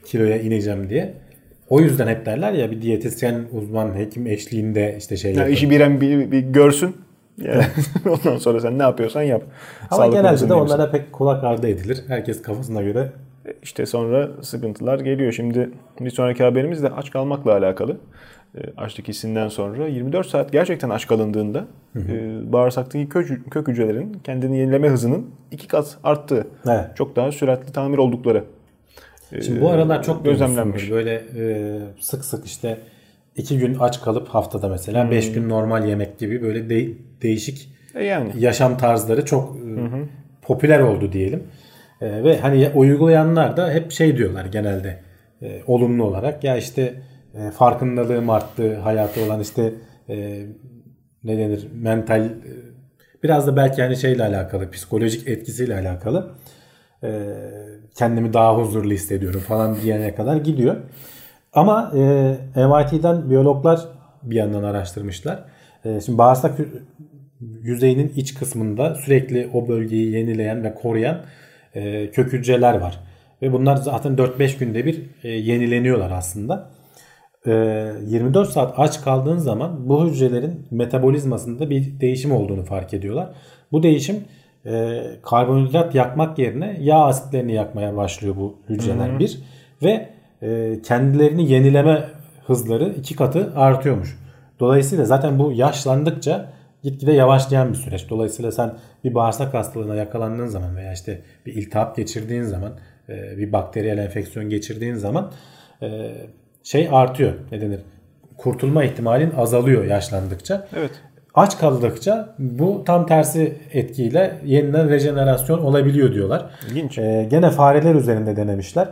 kiloya ineceğim diye. O yüzden hep derler ya, bir diyetisyen uzman hekim eşliğinde işte şey yapın. İşi bir görsün. Yani ondan sonra sen ne yapıyorsan yap. Ama Sağlıklı genelde olsun de diyorsun. onlara pek kulak ardı edilir. Herkes kafasına göre. İşte sonra sıkıntılar geliyor. Şimdi bir sonraki haberimiz de aç kalmakla alakalı. Açlık hissinden sonra 24 saat gerçekten aç kalındığında bağırsaktaki kök hücrelerin kendini yenileme hızının 2 kat arttığı, Evet. çok daha süratli tamir oldukları Şimdi bu aralar çok gözlemlenmiş. Böyle sık sık işte 2 gün aç kalıp haftada mesela 5 gün normal yemek gibi böyle değişik Yani yaşam tarzları çok popüler oldu diyelim. Ve hani uygulayanlar da hep şey diyorlar genelde olumlu olarak, ya işte farkındalığım arttı, hayatı olan işte ne denir, mental biraz da belki hani şeyle alakalı, psikolojik etkisiyle alakalı, kendimi daha huzurlu hissediyorum falan diyene kadar gidiyor. Ama MIT'den biyologlar bir yandan araştırmışlar. Şimdi bağırsak yüzeyinin iç kısmında sürekli o bölgeyi yenileyen ve koruyan kök hücreler var. Ve bunlar zaten 4-5 günde bir yenileniyorlar aslında. 24 saat aç kaldığın zaman bu hücrelerin metabolizmasında bir değişim olduğunu fark ediyorlar. Bu değişim karbonhidrat yakmak yerine yağ asitlerini yakmaya başlıyor bu hücreler bir. Ve kendilerini yenileme hızları 2 katı artıyormuş. Dolayısıyla zaten bu yaşlandıkça gitgide yavaşlayan bir süreç. Dolayısıyla sen bir bağırsak hastalığına yakalandığın zaman veya işte bir iltihap geçirdiğin zaman, bir bakteriyel enfeksiyon geçirdiğin zaman şey artıyor. Ne denir? Kurtulma ihtimalin azalıyor yaşlandıkça. evet. Aç kaldıkça bu tam tersi etkiyle yeniden rejenerasyon olabiliyor diyorlar. İlginç. Gene fareler üzerinde denemişler.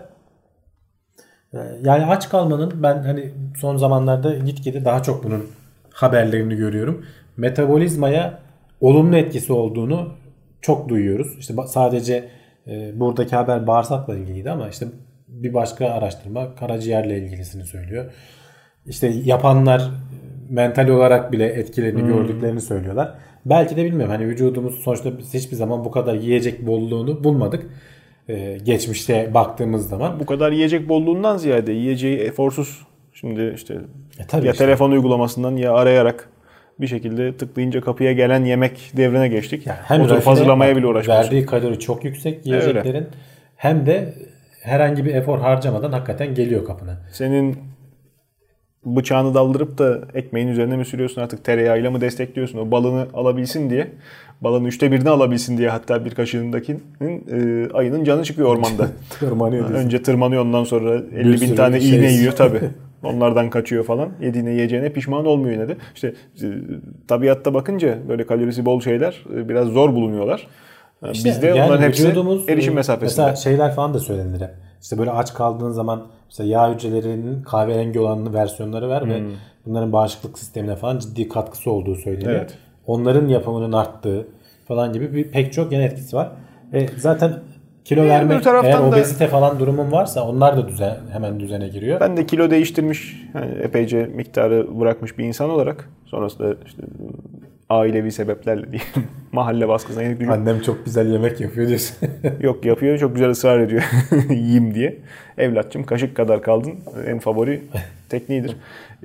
Yani aç kalmanın ben hani son zamanlarda gitgide daha çok bunun haberlerini görüyorum. Metabolizmaya olumlu etkisi olduğunu çok duyuyoruz. İşte sadece buradaki haber bağırsakla ilgiliydi ama işte bir başka araştırma karaciğerle ilgilisini söylüyor. İşte yapanlar mental olarak bile etkilerini gördüklerini söylüyorlar. Belki de bilmiyorum, hani vücudumuz sonuçta biz hiçbir zaman bu kadar yiyecek bolluğunu bulmadık. Geçmişte baktığımız zaman. Bu kadar yiyecek bolluğundan ziyade yiyeceği eforsuz, şimdi işte ya işte. telefon uygulamasından ya arayarak bir şekilde tıklayınca kapıya gelen yemek devrine geçtik. Yani hem oturup hazırlamaya bile uğraşmıyoruz. verdiği kalori çok yüksek yiyeceklerin, hem de herhangi bir efor harcamadan hakikaten geliyor kapına. Senin bıçağını daldırıp da ekmeğin üzerine mi sürüyorsun, artık tereyağıyla mı destekliyorsun o balını alabilsin diye. Balın 1/3'ünü alabilsin diye, hatta bir kaşığındakinin ayının canı çıkıyor ormanda. Önce tırmanıyor, ondan sonra 50.000 tane iğne yiyor tabii. Onlardan kaçıyor falan. Yediğine yiyeceğine pişman olmuyor yine de. İşte tabiatta bakınca böyle kalorisi bol şeyler biraz zor bulunuyorlar. İşte bizde yani onların hepsi vücudumuz, erişim mesafesinde. Mesela şeyler falan da söylenir hep. İşte böyle aç kaldığın zaman mesela yağ hücrelerinin kahverengi olan versiyonları var ve bunların bağışıklık sistemine falan ciddi katkısı olduğu söyleniyor. Evet. Onların yapımının arttığı falan gibi pek çok yan etkisi var. Zaten kilo vermek, eğer obezite falan durumun varsa onlar da hemen düzene giriyor. Ben de kilo değiştirmiş, yani epeyce miktarı bırakmış bir insan olarak, sonrasında işte ailevi sebeplerle diye mahalle baskısına yenik düşüp. Annem çok güzel yemek yapıyor diyorsun. Yok, yapıyor, çok güzel ısrar ediyor yiyeyim diye. Evlatçım kaşık kadar kaldın, en favori tekniğidir.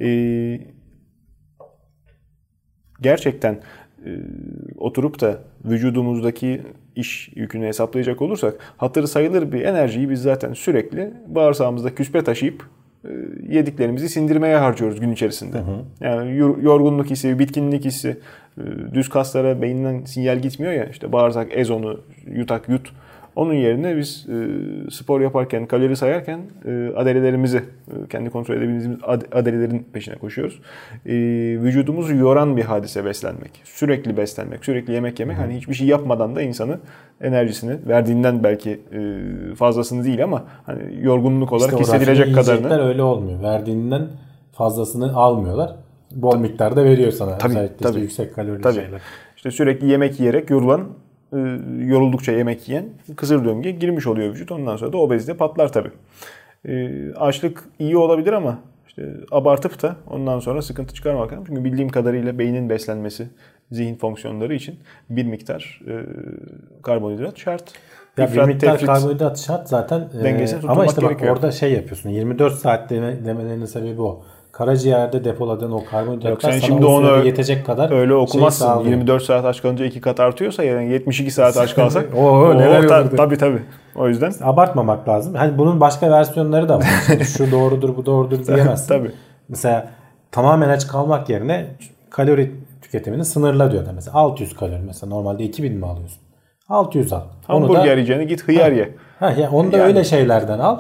Gerçekten oturup da vücudumuzdaki iş yükünü hesaplayacak olursak hatırı sayılır bir enerjiyi biz zaten sürekli bağırsağımızda küspe taşıyıp yediklerimizi sindirmeye harcıyoruz gün içerisinde. Yani yorgunluk hissi, bitkinlik hissi, düz kaslara beyinden sinyal gitmiyor ya, işte bağırsak ez onu, yutak yut. Onun yerine biz spor yaparken, kalori sayarken adalelerimizi, kendi kontrol edebildiğimiz adalelerin peşine koşuyoruz. Vücudumuzu yoran bir hadise beslenmek. Sürekli beslenmek, sürekli yemek yemek. Hani hiçbir şey yapmadan da insanı enerjisini, verdiğinden belki fazlasını değil ama hani yorgunluk olarak İşte hissedilecek kadarını. Öyle olmuyor. Verdiğinden fazlasını almıyorlar. Bol miktarda veriyor sana. Tabii, özellikle tabii. işte yüksek kalorili Tabii. şeyler. İşte sürekli yemek yiyerek yorulan, yoruldukça yemek yiyen kısır döngüye girmiş oluyor vücut. Ondan sonra da obezite patlar tabii. Açlık iyi olabilir ama işte abartıp da ondan sonra sıkıntı çıkarmak lazım. Çünkü bildiğim kadarıyla beynin beslenmesi, zihin fonksiyonları için bir miktar karbonhidrat şart. Ya bir miktar karbonhidrat şart zaten. Ama işte bak gerekiyor. Orada şey yapıyorsun. 24 saat demelerinin sebebi o. Karaciğerde depoladığın o karbonhidratlar sana şimdi o sürede yetecek kadar öyle okumazsın. Şey 24 saat aç kalınca 2 kat artıyorsa yani 72 saat aç kalsak tabii. O yüzden abartmamak lazım. Hani bunun başka versiyonları da var. Şimdi şu doğrudur, bu doğrudur diyemezsin. Tabii. Mesela tamamen aç kalmak yerine kalori tüketimini sınırla diyor da mesela 600 kalori mesela normalde 2000 mi alıyorsun? 600 al. Hamburger yiyeceğine git hıyar ye. Onu da öyle şeylerden al.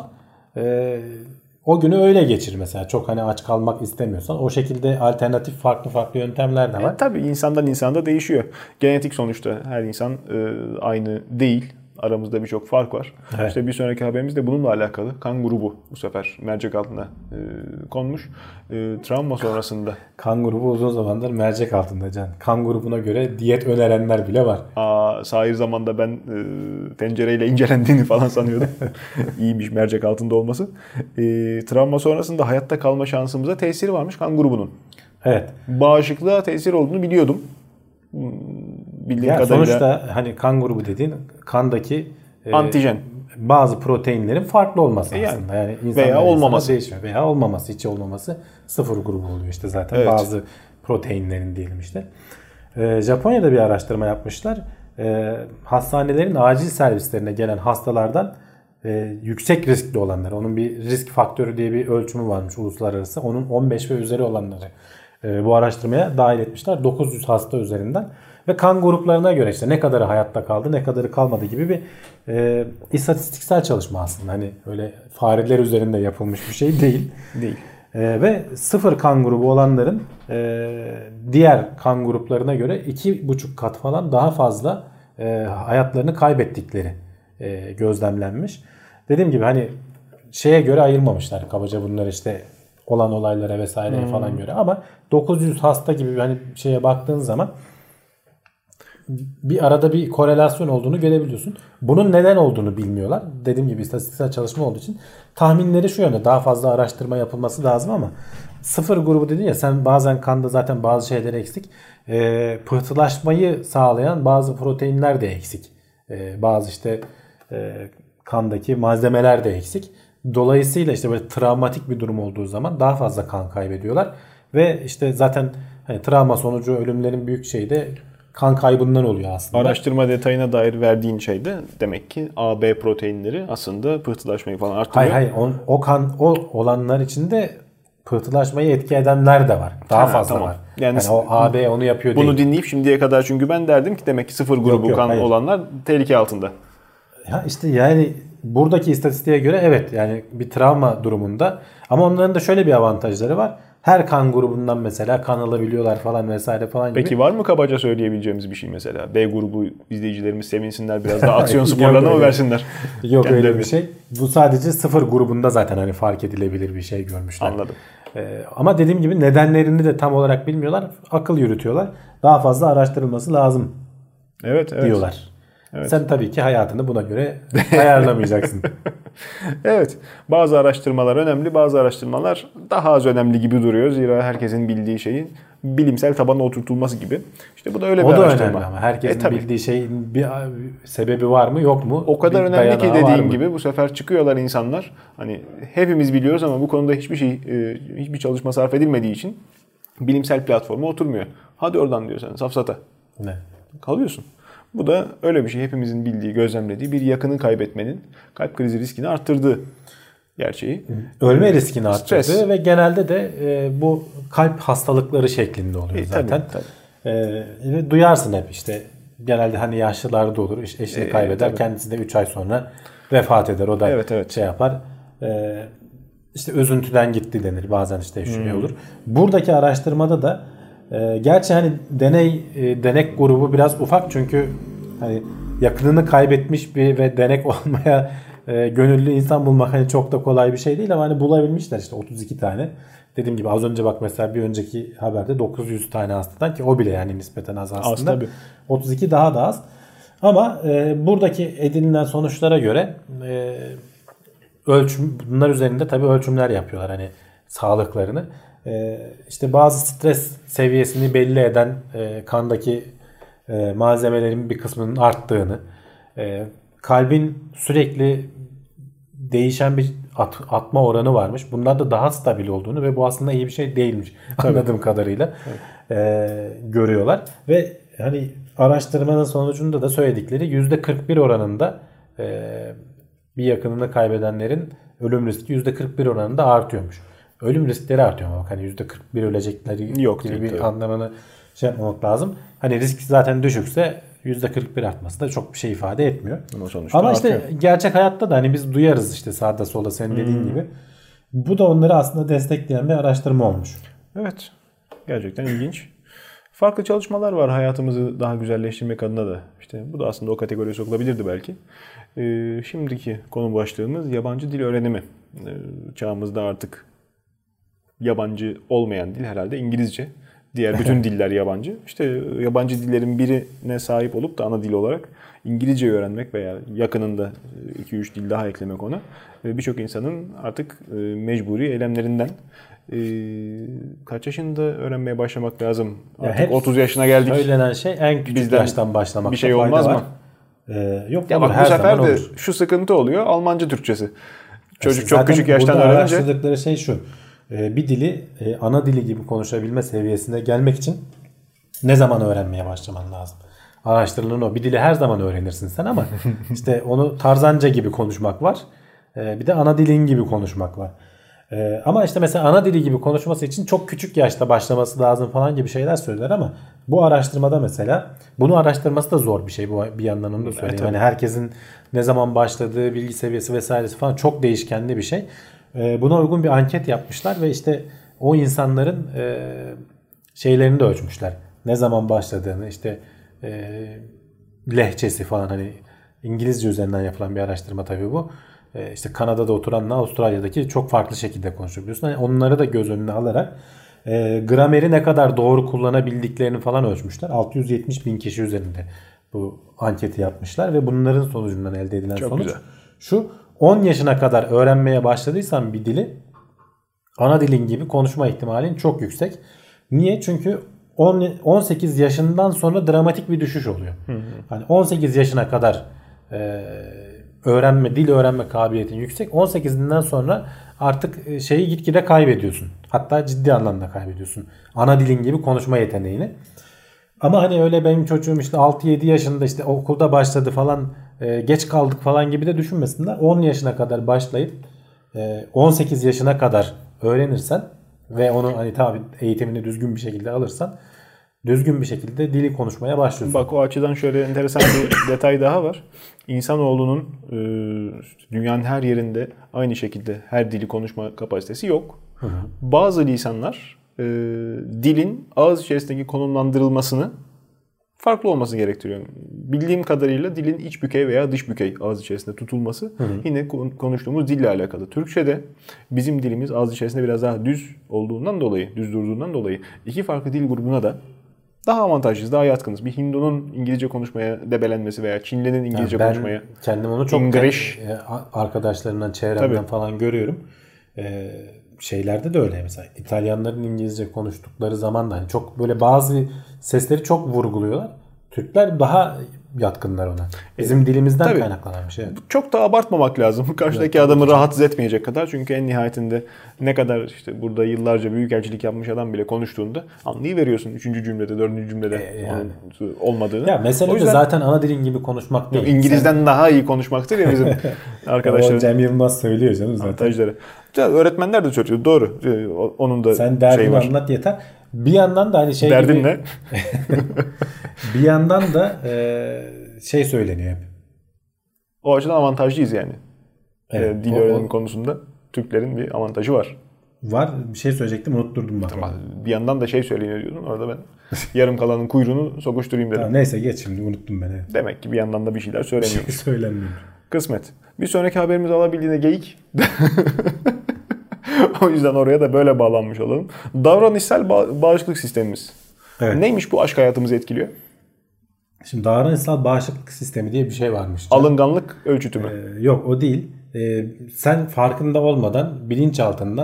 O günü öyle geçir mesela. Çok hani aç kalmak istemiyorsan. O şekilde alternatif farklı yöntemler de var. Tabii insandan insana değişiyor. Genetik sonuçta her insan aynı değil. Aramızda birçok fark var. Evet. İşte bir sonraki haberimiz de bununla alakalı. Kan grubu bu sefer mercek altına konmuş. Travma sonrasında. Kan grubu uzun zamandır mercek altında Can. Kan grubuna göre diyet önerenler bile var. Sahir zamanda ben tencereyle incelendiğini falan sanıyordum. İyiymiş mercek altında olması. Travma sonrasında hayatta kalma şansımıza tesiri varmış kan grubunun. Evet. Bağışıklığa tesir olduğunu biliyordum. Bildiğim kadarıyla. Sonuçta hani kan grubu dediğin kandaki antijen bazı proteinlerin farklı olması aslında. Yani veya olmaması. Değişiyor. Veya olmaması, hiç olmaması sıfır grubu oluyor işte zaten. Evet. Bazı proteinlerin diyelim işte. Japonya'da bir araştırma yapmışlar. Hastanelerin acil servislerine gelen hastalardan yüksek riskli olanları, onun bir risk faktörü diye bir ölçümü varmış uluslararası. Onun 15 ve üzeri olanları bu araştırmaya dahil etmişler. 900 hasta üzerinden. Ve kan gruplarına göre işte ne kadarı hayatta kaldı, ne kadarı kalmadı gibi bir istatistiksel çalışma aslında. Hani öyle fareler üzerinde yapılmış bir şey değil. Ve sıfır kan grubu olanların diğer kan gruplarına göre 2,5 kat falan daha fazla hayatlarını kaybettikleri gözlemlenmiş. Dediğim gibi hani şeye göre ayırmamışlar kabaca bunları işte olan olaylara vesaireye falan göre ama 900 hasta gibi hani şeye baktığın zaman bir arada bir korelasyon olduğunu görebiliyorsun. Bunun neden olduğunu bilmiyorlar. Dediğim gibi istatistiksel çalışma olduğu için tahminleri şu yönde. Daha fazla araştırma yapılması lazım ama sıfır grubu dedin ya sen bazen kanda zaten bazı şeyler eksik. Pıhtılaşmayı sağlayan bazı proteinler de eksik. Bazı işte kandaki malzemeler de eksik. Dolayısıyla işte böyle travmatik bir durum olduğu zaman daha fazla kan kaybediyorlar. Ve işte zaten hani travma sonucu ölümlerin büyük şeyi de kan kaybından oluyor aslında. Araştırma detayına dair verdiğin şey de demek ki AB proteinleri aslında pıhtılaşmayı falan arttırıyor. Hayır o olanlar içinde pıhtılaşmayı etki edenler de var. Daha fazla var. Yani o AB onu yapıyor bunu değil. Bunu dinleyip şimdiye kadar çünkü ben derdim ki demek ki sıfır grubu kan olanlar tehlike altında. Ya işte yani buradaki istatistiğe göre evet yani bir travma durumunda ama onların da şöyle bir avantajları var. Her kan grubundan mesela kan alabiliyorlar falan vesaire falan gibi. Peki var mı kabaca söyleyebileceğimiz bir şey mesela? B grubu izleyicilerimiz sevinsinler biraz daha aksiyon sporlarına mı versinler? Yok kendilerine. Öyle bir şey. Bu sadece sıfır grubunda zaten hani fark edilebilir bir şey görmüşler. Anladım. Ama dediğim gibi nedenlerini de tam olarak bilmiyorlar. Akıl yürütüyorlar. Daha fazla araştırılması lazım diyorlar. Evet. Sen tabii ki hayatını buna göre ayarlamayacaksın. Evet. Bazı araştırmalar önemli, bazı araştırmalar daha az önemli gibi duruyor. Zira herkesin bildiği şeyin bilimsel tabana oturtulması gibi. İşte bu da öyle bir araştırma. O da önemli ama herkesin bildiği şeyin bir sebebi var mı yok mu? O kadar önemli ki dediğim gibi bu sefer çıkıyorlar insanlar. Hani hepimiz biliyoruz ama bu konuda hiçbir çalışma sarf edilmediği için bilimsel platforma oturmuyor. Hadi oradan diyor sen safsata. Ne? Kalıyorsun. Bu da öyle bir şey. Hepimizin bildiği, gözlemlediği bir yakını kaybetmenin kalp krizi riskini arttırdığı gerçeği. Ölme riskini arttırdığı ve genelde de bu kalp hastalıkları şeklinde oluyor zaten. Tabii. Duyarsın hep işte genelde hani yaşlılarda olur. Eşini kaybeder. Tabii. Kendisi de 3 ay sonra vefat eder. O da şey yapar. İşte üzüntüden gitti denir. Bazen işte şey olur. Buradaki araştırmada da gerçi hani denek grubu biraz ufak çünkü hani yakınını kaybetmiş bir ve denek olmaya gönüllü insan bulmak hani çok da kolay bir şey değil ama hani bulabilmişler işte 32 tane. Dediğim gibi az önce bak mesela bir önceki haberde 900 tane hastadan ki o bile yani nispeten az aslında. Az tabii. 32 daha da az. Ama buradaki edinilen sonuçlara göre bunlar üzerinde tabii ölçümler yapıyorlar hani sağlıklarını. işte bazı stres seviyesini belli eden kandaki malzemelerin bir kısmının arttığını, kalbin sürekli değişen bir atma oranı varmış. Bunlar da daha stabil olduğunu ve bu aslında iyi bir şey değilmiş anladığım kadarıyla görüyorlar. Ve hani araştırmanın sonucunda da söyledikleri %41 oranında bir yakınını kaybedenlerin ölüm riski %41 oranında artıyormuş. Ölüm riskleri artıyor ama hani %41 ölecekleri yok gibi bir tabii. anlamını şey yapmamak lazım. Hani risk zaten düşükse %41 artması da çok bir şey ifade etmiyor. Ama işte artıyor. Gerçek hayatta da hani biz duyarız işte sağda solda senin dediğin gibi. Bu da onları aslında destekleyen bir araştırma olmuş. Evet. Gerçekten ilginç. Farklı çalışmalar var hayatımızı daha güzelleştirmek adına da. İşte bu da aslında o kategoriye sokulabilirdi belki. Şimdiki konu başlığımız yabancı dil öğrenimi. Çağımızda artık yabancı olmayan dil herhalde İngilizce. Diğer bütün diller yabancı. İşte yabancı dillerin birine sahip olup da ana dil olarak İngilizce öğrenmek veya yakınında 2-3 dil daha eklemek ona birçok insanın artık mecburi eylemlerinden. Kaç yaşında öğrenmeye başlamak lazım? Artık 30 yaşına geldik. Söylenen şey en küçük yaştan başlamak. Bir şey olmaz mı? Yok ya bak, bu sefer de şu sıkıntı oluyor. Almanca Türkçesi. Çocuk çok küçük yaştan öğrenince. Araştırdıkları şey şu. Bir dili ana dili gibi konuşabilme seviyesine gelmek için ne zaman öğrenmeye başlaman lazım? Araştırılan o. Bir dili her zaman öğrenirsin sen ama işte onu tarzanca gibi konuşmak var. Bir de ana dilin gibi konuşmak var. Ama işte mesela ana dili gibi konuşması için çok küçük yaşta başlaması lazım falan gibi şeyler söyler ama bu araştırmada mesela bunu araştırması da zor bir şey, bu bir yandan onu da söyleyeyim. Evet, hani herkesin ne zaman başladığı, bilgi seviyesi vesairesi falan çok değişkenli bir şey. Buna uygun bir anket yapmışlar ve işte o insanların şeylerini de ölçmüşler. Ne zaman başladığını, işte lehçesi falan, hani İngilizce üzerinden yapılan bir araştırma tabii bu. İşte Kanada'da oturanla Avustralya'daki çok farklı şekilde konuşabiliyorsun. Yani onları da göz önüne alarak grameri ne kadar doğru kullanabildiklerini falan ölçmüşler. 670 bin kişi üzerinde bu anketi yapmışlar ve bunların sonucundan elde edilen çok sonuç güzel. Şu: 10 yaşına kadar öğrenmeye başladıysan bir dili, ana dilin gibi konuşma ihtimalin çok yüksek. Niye? Çünkü 18 yaşından sonra dramatik bir düşüş oluyor. Hani 18 yaşına kadar dil öğrenme kabiliyetin yüksek. 18'inden sonra artık şeyi gitgide kaybediyorsun. Hatta ciddi anlamda kaybediyorsun. Ana dilin gibi konuşma yeteneğini. Ama hani öyle benim çocuğum işte 6-7 yaşında işte okulda başladı falan, geç kaldık falan gibi de düşünmesinler. 10 yaşına kadar başlayıp 18 yaşına kadar öğrenirsen ve onu hani tabii eğitimini düzgün bir şekilde alırsan düzgün bir şekilde dili konuşmaya başlıyorsun. Bak, o açıdan şöyle enteresan bir detay daha var. İnsanoğlunun dünyanın her yerinde aynı şekilde her dili konuşma kapasitesi yok. Bazı lisanlar dilin ağız içerisindeki konumlandırılmasını farklı olması gerektiriyor. Bildiğim kadarıyla dilin iç bükey veya dış bükey ağız içerisinde tutulması yine konuştuğumuz dille alakalı. Türkçe'de bizim dilimiz ağız içerisinde biraz daha düz olduğundan dolayı, düz durduğundan dolayı iki farklı dil grubuna da daha avantajlıyız, daha yatkınız. Bir Hindu'nun İngilizce konuşmaya debelenmesi veya Çinli'nin İngilizce konuşmaya. Ben kendim onu çok arkadaşlarımdan, çevremden falan görüyorum. Şeylerde de öyle mesela. İtalyanların İngilizce konuştukları zaman da hani çok böyle bazı sesleri çok vurguluyorlar. Türkler daha yatkınlar ona. Bizim dilimizden kaynaklanan bir şey. Çok da abartmamak lazım. Karşıdaki adamı rahatsız etmeyecek kadar. Çünkü en nihayetinde ne kadar işte burada yıllarca büyükelçilik yapmış adam bile konuştuğunda anlayıveriyorsun 3. cümlede, 4. cümlede onun olmadığını. Ya mesele de zaten ana dilin gibi konuşmak değil. İngiliz'den daha iyi konuşmaktır ya bizim arkadaşlar. Cem Yılmaz söylüyor canım zaten. Avantajları. Öğretmenler de söylüyor. Doğru. Onun da sen derdini şey var. Anlat yeter. Bir yandan da hani şey derdin gibi. Ne? Bir yandan da şey söyleniyor hep. O açıdan avantajlıyız yani. Evet, dil öğrenim konusunda Türklerin bir avantajı var. Var. Bir şey söyleyecektim, unutturdum bak. Tamam. Bir yandan da şey söyleniyor diyordun. Orada ben yarım kalanın kuyruğunu sokuşturayım dedim. Tamam, neyse geç şimdi, unuttum ben. Evet. Demek ki bir yandan da bir şeyler söyleniyor. Bir şey söylenmiyor. Kısmet. Bir sonraki haberimiz alabildiğine geyik. O yüzden oraya da böyle bağlanmış olalım. Davranışsal bağışıklık sistemimiz. Evet. Neymiş bu, aşk hayatımızı etkiliyor? Şimdi davranışsal bağışıklık sistemi diye bir şey varmış. Alınganlık ölçütü mü? Yok, o değil. Sen farkında olmadan bilinçaltından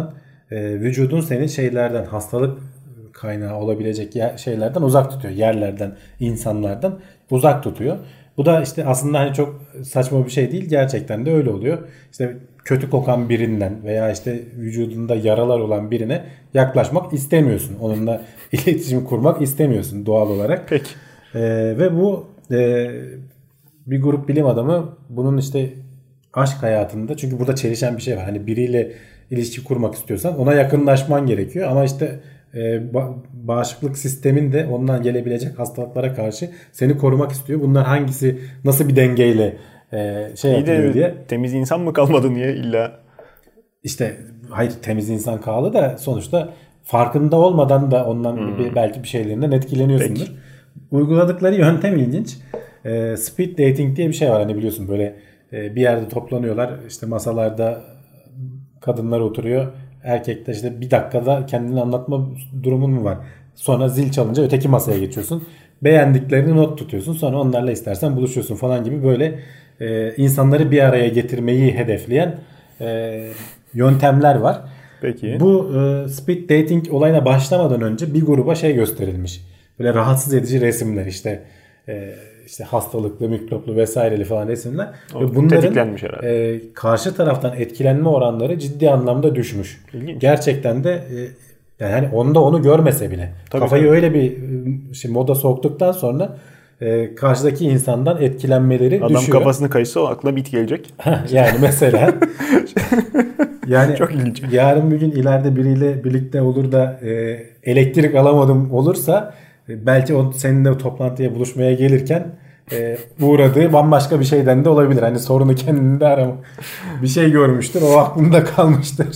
vücudun seni şeylerden, hastalık kaynağı olabilecek şeylerden uzak tutuyor. Yerlerden, insanlardan uzak tutuyor. Bu da işte aslında hani çok saçma bir şey değil. Gerçekten de öyle oluyor. İşte kötü kokan birinden veya işte vücudunda yaralar olan birine yaklaşmak istemiyorsun. Onunla iletişim kurmak istemiyorsun doğal olarak. Peki. Ve bu bir grup bilim adamı bunun işte aşk hayatında, çünkü burada çelişen bir şey var. Hani biriyle ilişki kurmak istiyorsan ona yakınlaşman gerekiyor. Ama işte bağışıklık sistemin de ondan gelebilecek hastalıklara karşı seni korumak istiyor. Bunlar hangisi nasıl bir dengeyle yapılıyor diye. Temiz insan mı kalmadı niye illa? İşte hayır, temiz insan kaldı da sonuçta farkında olmadan da ondan belki bir şeylerinden etkileniyorsundur. Peki. Uyguladıkları yöntem ilginç. Speed dating diye bir şey var, hani biliyorsun, böyle bir yerde toplanıyorlar, işte masalarda kadınlar oturuyor. Erkekler işte bir dakikada kendini anlatma durumun mu var? Sonra zil çalınca öteki masaya geçiyorsun. Beğendiklerini not tutuyorsun. Sonra onlarla istersen buluşuyorsun falan gibi, böyle insanları bir araya getirmeyi hedefleyen yöntemler var. Peki. Bu speed dating olayına başlamadan önce bir gruba şey gösterilmiş. Böyle rahatsız edici resimler, işte hastalıklı, mikroplu vesaireli falan resimler. Ve bunların karşı taraftan etkilenme oranları ciddi anlamda düşmüş. İlginç. Gerçekten de yani hani onda onu görmese bile kafayı öyle bir moda soktuktan sonra karşıdaki insandan etkilenmeleri Adam düşüyor. Adam kafasını kayışsa o aklına bit gelecek. Yani mesela yani çok ilginç. Yarın bir gün ileride biriyle birlikte olur da elektrik alamadım olursa belki o seninle toplantıya buluşmaya gelirken uğradığı bambaşka bir şeyden de olabilir. Hani sorunu kendinde arama. Bir şey görmüştür, o aklında kalmıştır.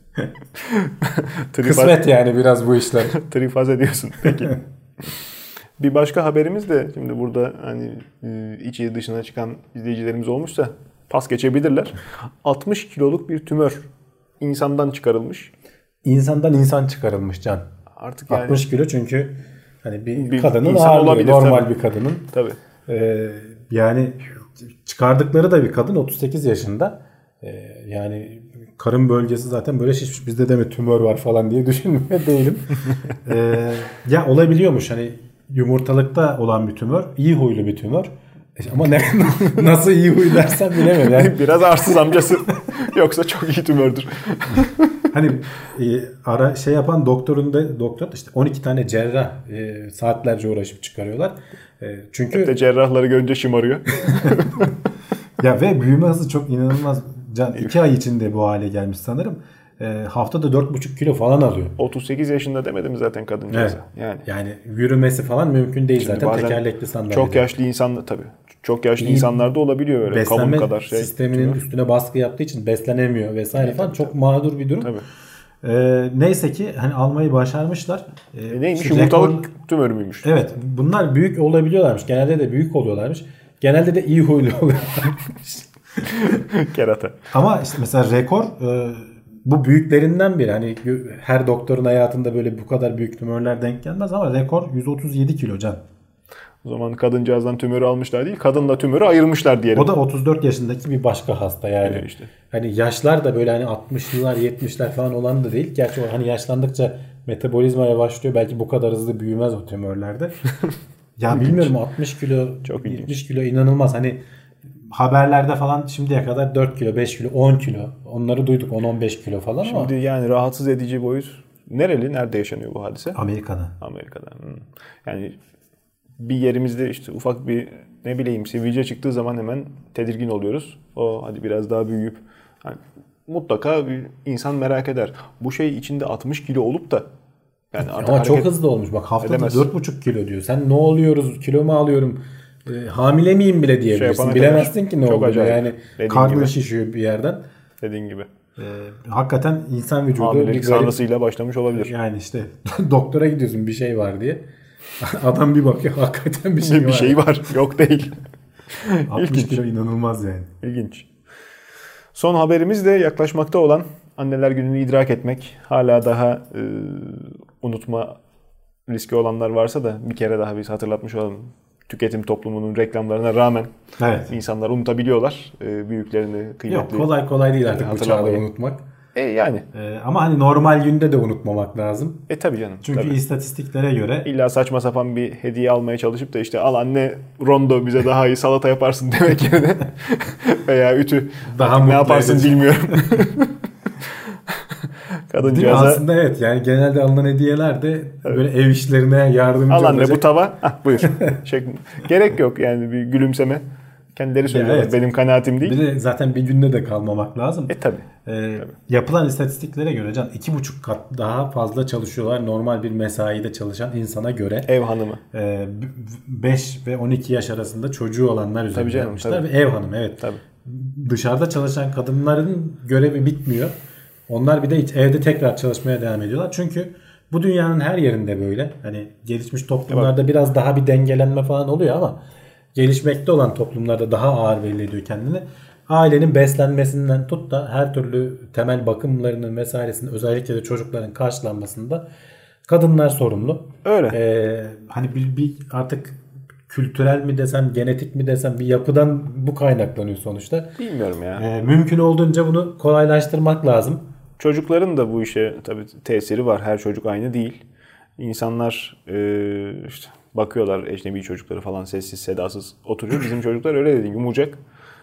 Kısmet yani biraz bu işler. Trifaz ediyorsun. Peki. Bir başka haberimiz de şimdi burada hani içi dışına çıkan izleyicilerimiz olmuşsa pas geçebilirler. 60 kiloluk bir tümör insandan çıkarılmış. İnsandan insan çıkarılmış Can. Artık yani 60 kilo, çünkü hani bir kadının insan ağırlığı, olabilir, normal tabii. bir kadının. Tabii. Yani çıkardıkları da bir kadın 38 yaşında. Yani karın bölgesi zaten böyle şişmiş. Bizde de mi tümör var falan diye düşünmüyor değilim. Ya olabiliyormuş hani, yumurtalıkta olan bir tümör, iyi huylu bir tümör. Ama nasıl iyi huy dersen bilemem yani. Biraz arsız amcası. Yoksa çok iyi tümördür. Hani yapan doktor işte 12 tane cerrah saatlerce uğraşıp çıkarıyorlar. Çünkü hep de cerrahları görünce şımarıyor. Ya ve büyüme hızı çok inanılmaz. Can 2 ay içinde bu hale gelmiş sanırım. Haftada 4,5 kilo falan alıyor. 38 yaşında demedim zaten kadıncağıza. Evet. Yani yürümesi falan mümkün değil. Şimdi zaten tekerlekli sandalye. Çok yaşlı insanlar tabii. Çok yaşlı insanlarda olabiliyor öyle. Beslenme kadar sisteminin üstüne baskı yaptığı için beslenemiyor vesaire falan. Çok mağdur bir durum. Tabii. Neyse ki hani almayı başarmışlar. Neymiş? Yumurtalık tümörü müymüş? Evet. Bunlar büyük olabiliyorlarmış. Genelde de büyük oluyorlarmış. Genelde de iyi huylu oluyorlarmış. Kerata. Ama işte mesela rekor bu büyüklerinden biri. Hani her doktorun hayatında böyle bu kadar büyük tümörler denk gelmez ama rekor 137 kilo Can. O zaman kadıncağızdan tümörü almışlar değil, kadınla tümörü ayırmışlar diyelim. O da 34 yaşındaki bir başka hasta yani. İşte. Hani yaşlar da böyle hani 60'lılar 70'ler falan olan da değil. Gerçi o hani yaşlandıkça metabolizma yavaşlıyor. Belki bu kadar hızlı büyümez o tümörlerde. Ya bilmiyorum, 60 kilo, çok 70 kilo inanılmaz. Hani haberlerde falan şimdiye kadar 4 kilo, 5 kilo, 10 kilo. Onları duyduk, 10-15 kilo falan ama. Şimdi yani rahatsız edici boyut. Nerede yaşanıyor bu hadise? Amerika'da. Yani bir yerimizde işte ufak bir ne bileyim sivilce çıktığı zaman hemen tedirgin oluyoruz. Hadi biraz daha büyüyüp yani mutlaka bir insan merak eder. Bu şey içinde 60 kilo olup da yani ama çok hızlı olmuş. Bak haftada 4,5 kilo diyor. Sen ne oluyoruz? Kilo mu alıyorum? Hamile miyim bile diyebilirsin. Bilemezsin ki ne olduğunu. Yani karnın şişiyor bir yerden. Dediğin gibi. Hakikaten insan vücudu hamilelik sarnısıyla başlamış olabilir. Yani işte doktora gidiyorsun bir şey var diye. Adam bir bakıyor, hakikaten bir şey var. Bir şey var. Yok değil. 60 kilo inanılmaz yani. İlginç. Son haberimiz de yaklaşmakta olan Anneler Günü'nü idrak etmek. Hala daha unutma riski olanlar varsa da bir kere daha biz hatırlatmış olalım. Tüketim toplumunun reklamlarına rağmen insanlar unutabiliyorlar büyüklerini, kıymetli. Yok, kolay değil artık bu çağda unutmak. Yani. Ama hani normal günde de unutmamak lazım. Tabii canım. Çünkü tabii. istatistiklere göre İlla saçma sapan bir hediye almaya çalışıp da işte al anne rondo bize daha iyi salata yaparsın demek yerine veya ütü Daha ne mutlu yaparsın edici. bilmiyorum. değil mi? Kadıncağıza Aslında evet, yani genelde alınan hediyeler de böyle ev işlerine yardımcı al anne olacak. bu tava buyur. Gerek yok yani bir gülümseme. Kendileri söylüyorlar. evet. Benim kanaatim değil. Bir de zaten bir günde de kalmamak lazım. Tabii. Yapılan istatistiklere göre 2,5 kat daha fazla çalışıyorlar normal bir mesaide çalışan insana göre. Ev hanımı. 5 ve 12 yaş arasında çocuğu olanlar üzerinde canım, yapmışlar. tabii. Ve ev hanımı, evet. Tabii. Dışarıda çalışan kadınların görevi bitmiyor. Onlar bir de evde tekrar çalışmaya devam ediyorlar. Çünkü bu dünyanın her yerinde böyle. Hani gelişmiş toplumlarda biraz daha bir dengelenme falan oluyor ama gelişmekte olan toplumlarda daha ağır belli ediyor kendini. Ailenin beslenmesinden tut da her türlü temel bakımlarının vesairesinin, özellikle de çocukların karşılanmasında kadınlar sorumlu. Öyle. Hani bir artık kültürel mi desem, genetik mi desem, bir yapıdan bu kaynaklanıyor sonuçta. Bilmiyorum ya. Mümkün olduğunca bunu kolaylaştırmak lazım. Çocukların da bu işe tabii tesiri var. Her çocuk aynı değil. İnsanlar işte bakıyorlar ecnebi çocukları falan sessiz sedasız oturuyor. Bizim çocuklar öyle değil. Yumurcak.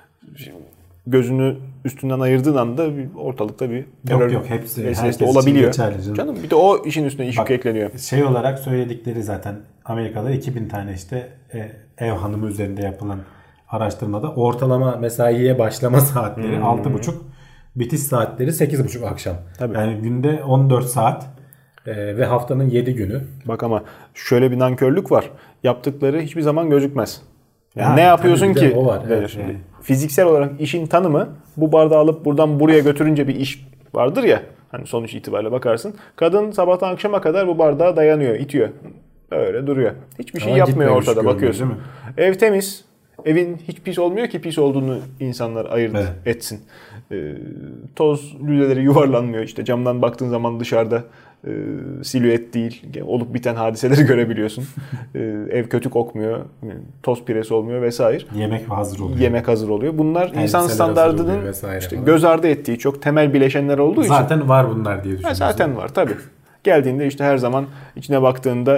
Gözünü üstünden ayırdığın anda ortalıkta bir terör Yok hepsi vesilesi de herkes olabiliyor. için geçerli canım. Canım bir de o işin üstüne iş yük ekleniyor. Şey olarak söyledikleri zaten Amerika'da 2000 tane işte ev hanımı üzerinde yapılan araştırmada ortalama mesaiye başlama saatleri 6,5, bitiş saatleri 8,5 akşam. Tabii. Yani günde 14 saat ve haftanın 7 günü. Bak ama şöyle bir nankörlük var. Yaptıkları hiçbir zaman gözükmez. Yani Ha, ne yapıyorsun tabii bir de ki? o var, evet, Şimdi yani. Fiziksel olarak işin tanımı bu bardağı alıp buradan buraya götürünce bir iş vardır ya. Hani sonuç itibariyle bakarsın. Kadın sabahtan akşama kadar bu bardağa dayanıyor, itiyor. Öyle duruyor. Hiçbir şey Ama yapmıyor gitmemiş ortada görünüyor, bakıyorsun. değil mi? Ev temiz. Evin hiç pis olmuyor ki pis olduğunu insanlar ayırt etsin. Toz lüleleri yuvarlanmıyor. İşte camdan baktığın zaman dışarıda silüet değil. Olup biten hadiseleri görebiliyorsun. Ev kötü kokmuyor. Toz piresi olmuyor vesaire. Yemek hazır oluyor. Yemek hazır oluyor. Bunlar insan Elbiseler hazır standardının oluyor vesaire işte falan. göz ardı ettiği çok temel bileşenler olduğu için. Zaten var bunlar diye düşünüyorum. Zaten var tabii. Geldiğinde işte her zaman içine baktığında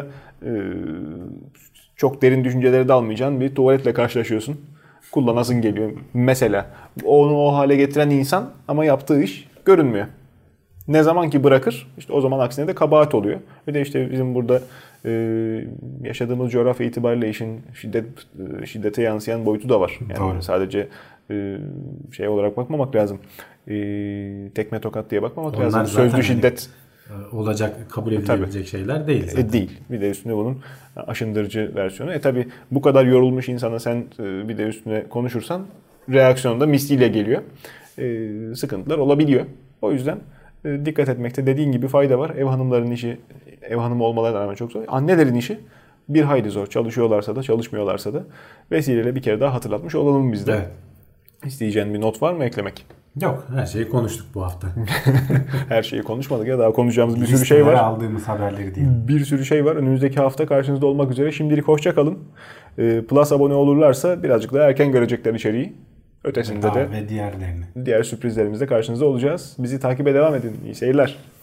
çok derin düşünceleri dalmayacağın bir tuvaletle karşılaşıyorsun. Kullanasın geliyor mesela. Onu o hale getiren insan ama yaptığı iş görünmüyor. Ne zaman ki bırakır işte o zaman aksine de kabahat oluyor. Bir de işte bizim burada yaşadığımız coğrafya itibariyle işin şiddete yansıyan boyutu da var. Yani Doğru. sadece şey olarak bakmamak lazım. Tekme tokat diye bakmamak Onlar lazım. zaten Sözlü şiddet olacak, kabul edilebilecek şeyler değil zaten. değil. Bir de üstüne bunun aşındırıcı versiyonu. Tabi bu kadar yorulmuş insana sen bir de üstüne konuşursan reaksiyon da misliyle geliyor. Sıkıntılar olabiliyor. O yüzden dikkat etmekte dediğin gibi fayda var. Ev hanımların işi, ev hanımı olmalarına rağmen çok zor. Annelerin işi bir hayli zor. Çalışıyorlarsa da çalışmıyorlarsa da vesileyle bir kere daha hatırlatmış olalım biz de. Evet. İsteyeceğin bir not var mı eklemek? Yok, her şeyi konuştuk bu hafta. Her şeyi konuşmadık ya, daha konuşacağımız bir sürü şey var. Aldığımız haberleri değil. Bir sürü şey var. Önümüzdeki hafta karşınızda olmak üzere. Şimdilik hoşça kalın. Plus abone olurlarsa birazcık daha erken görecekler içeriği. Ötesinde de Ve diğerlerini. diğer sürprizlerimizle karşınızda olacağız. Bizi takibe devam edin. İyi seyirler.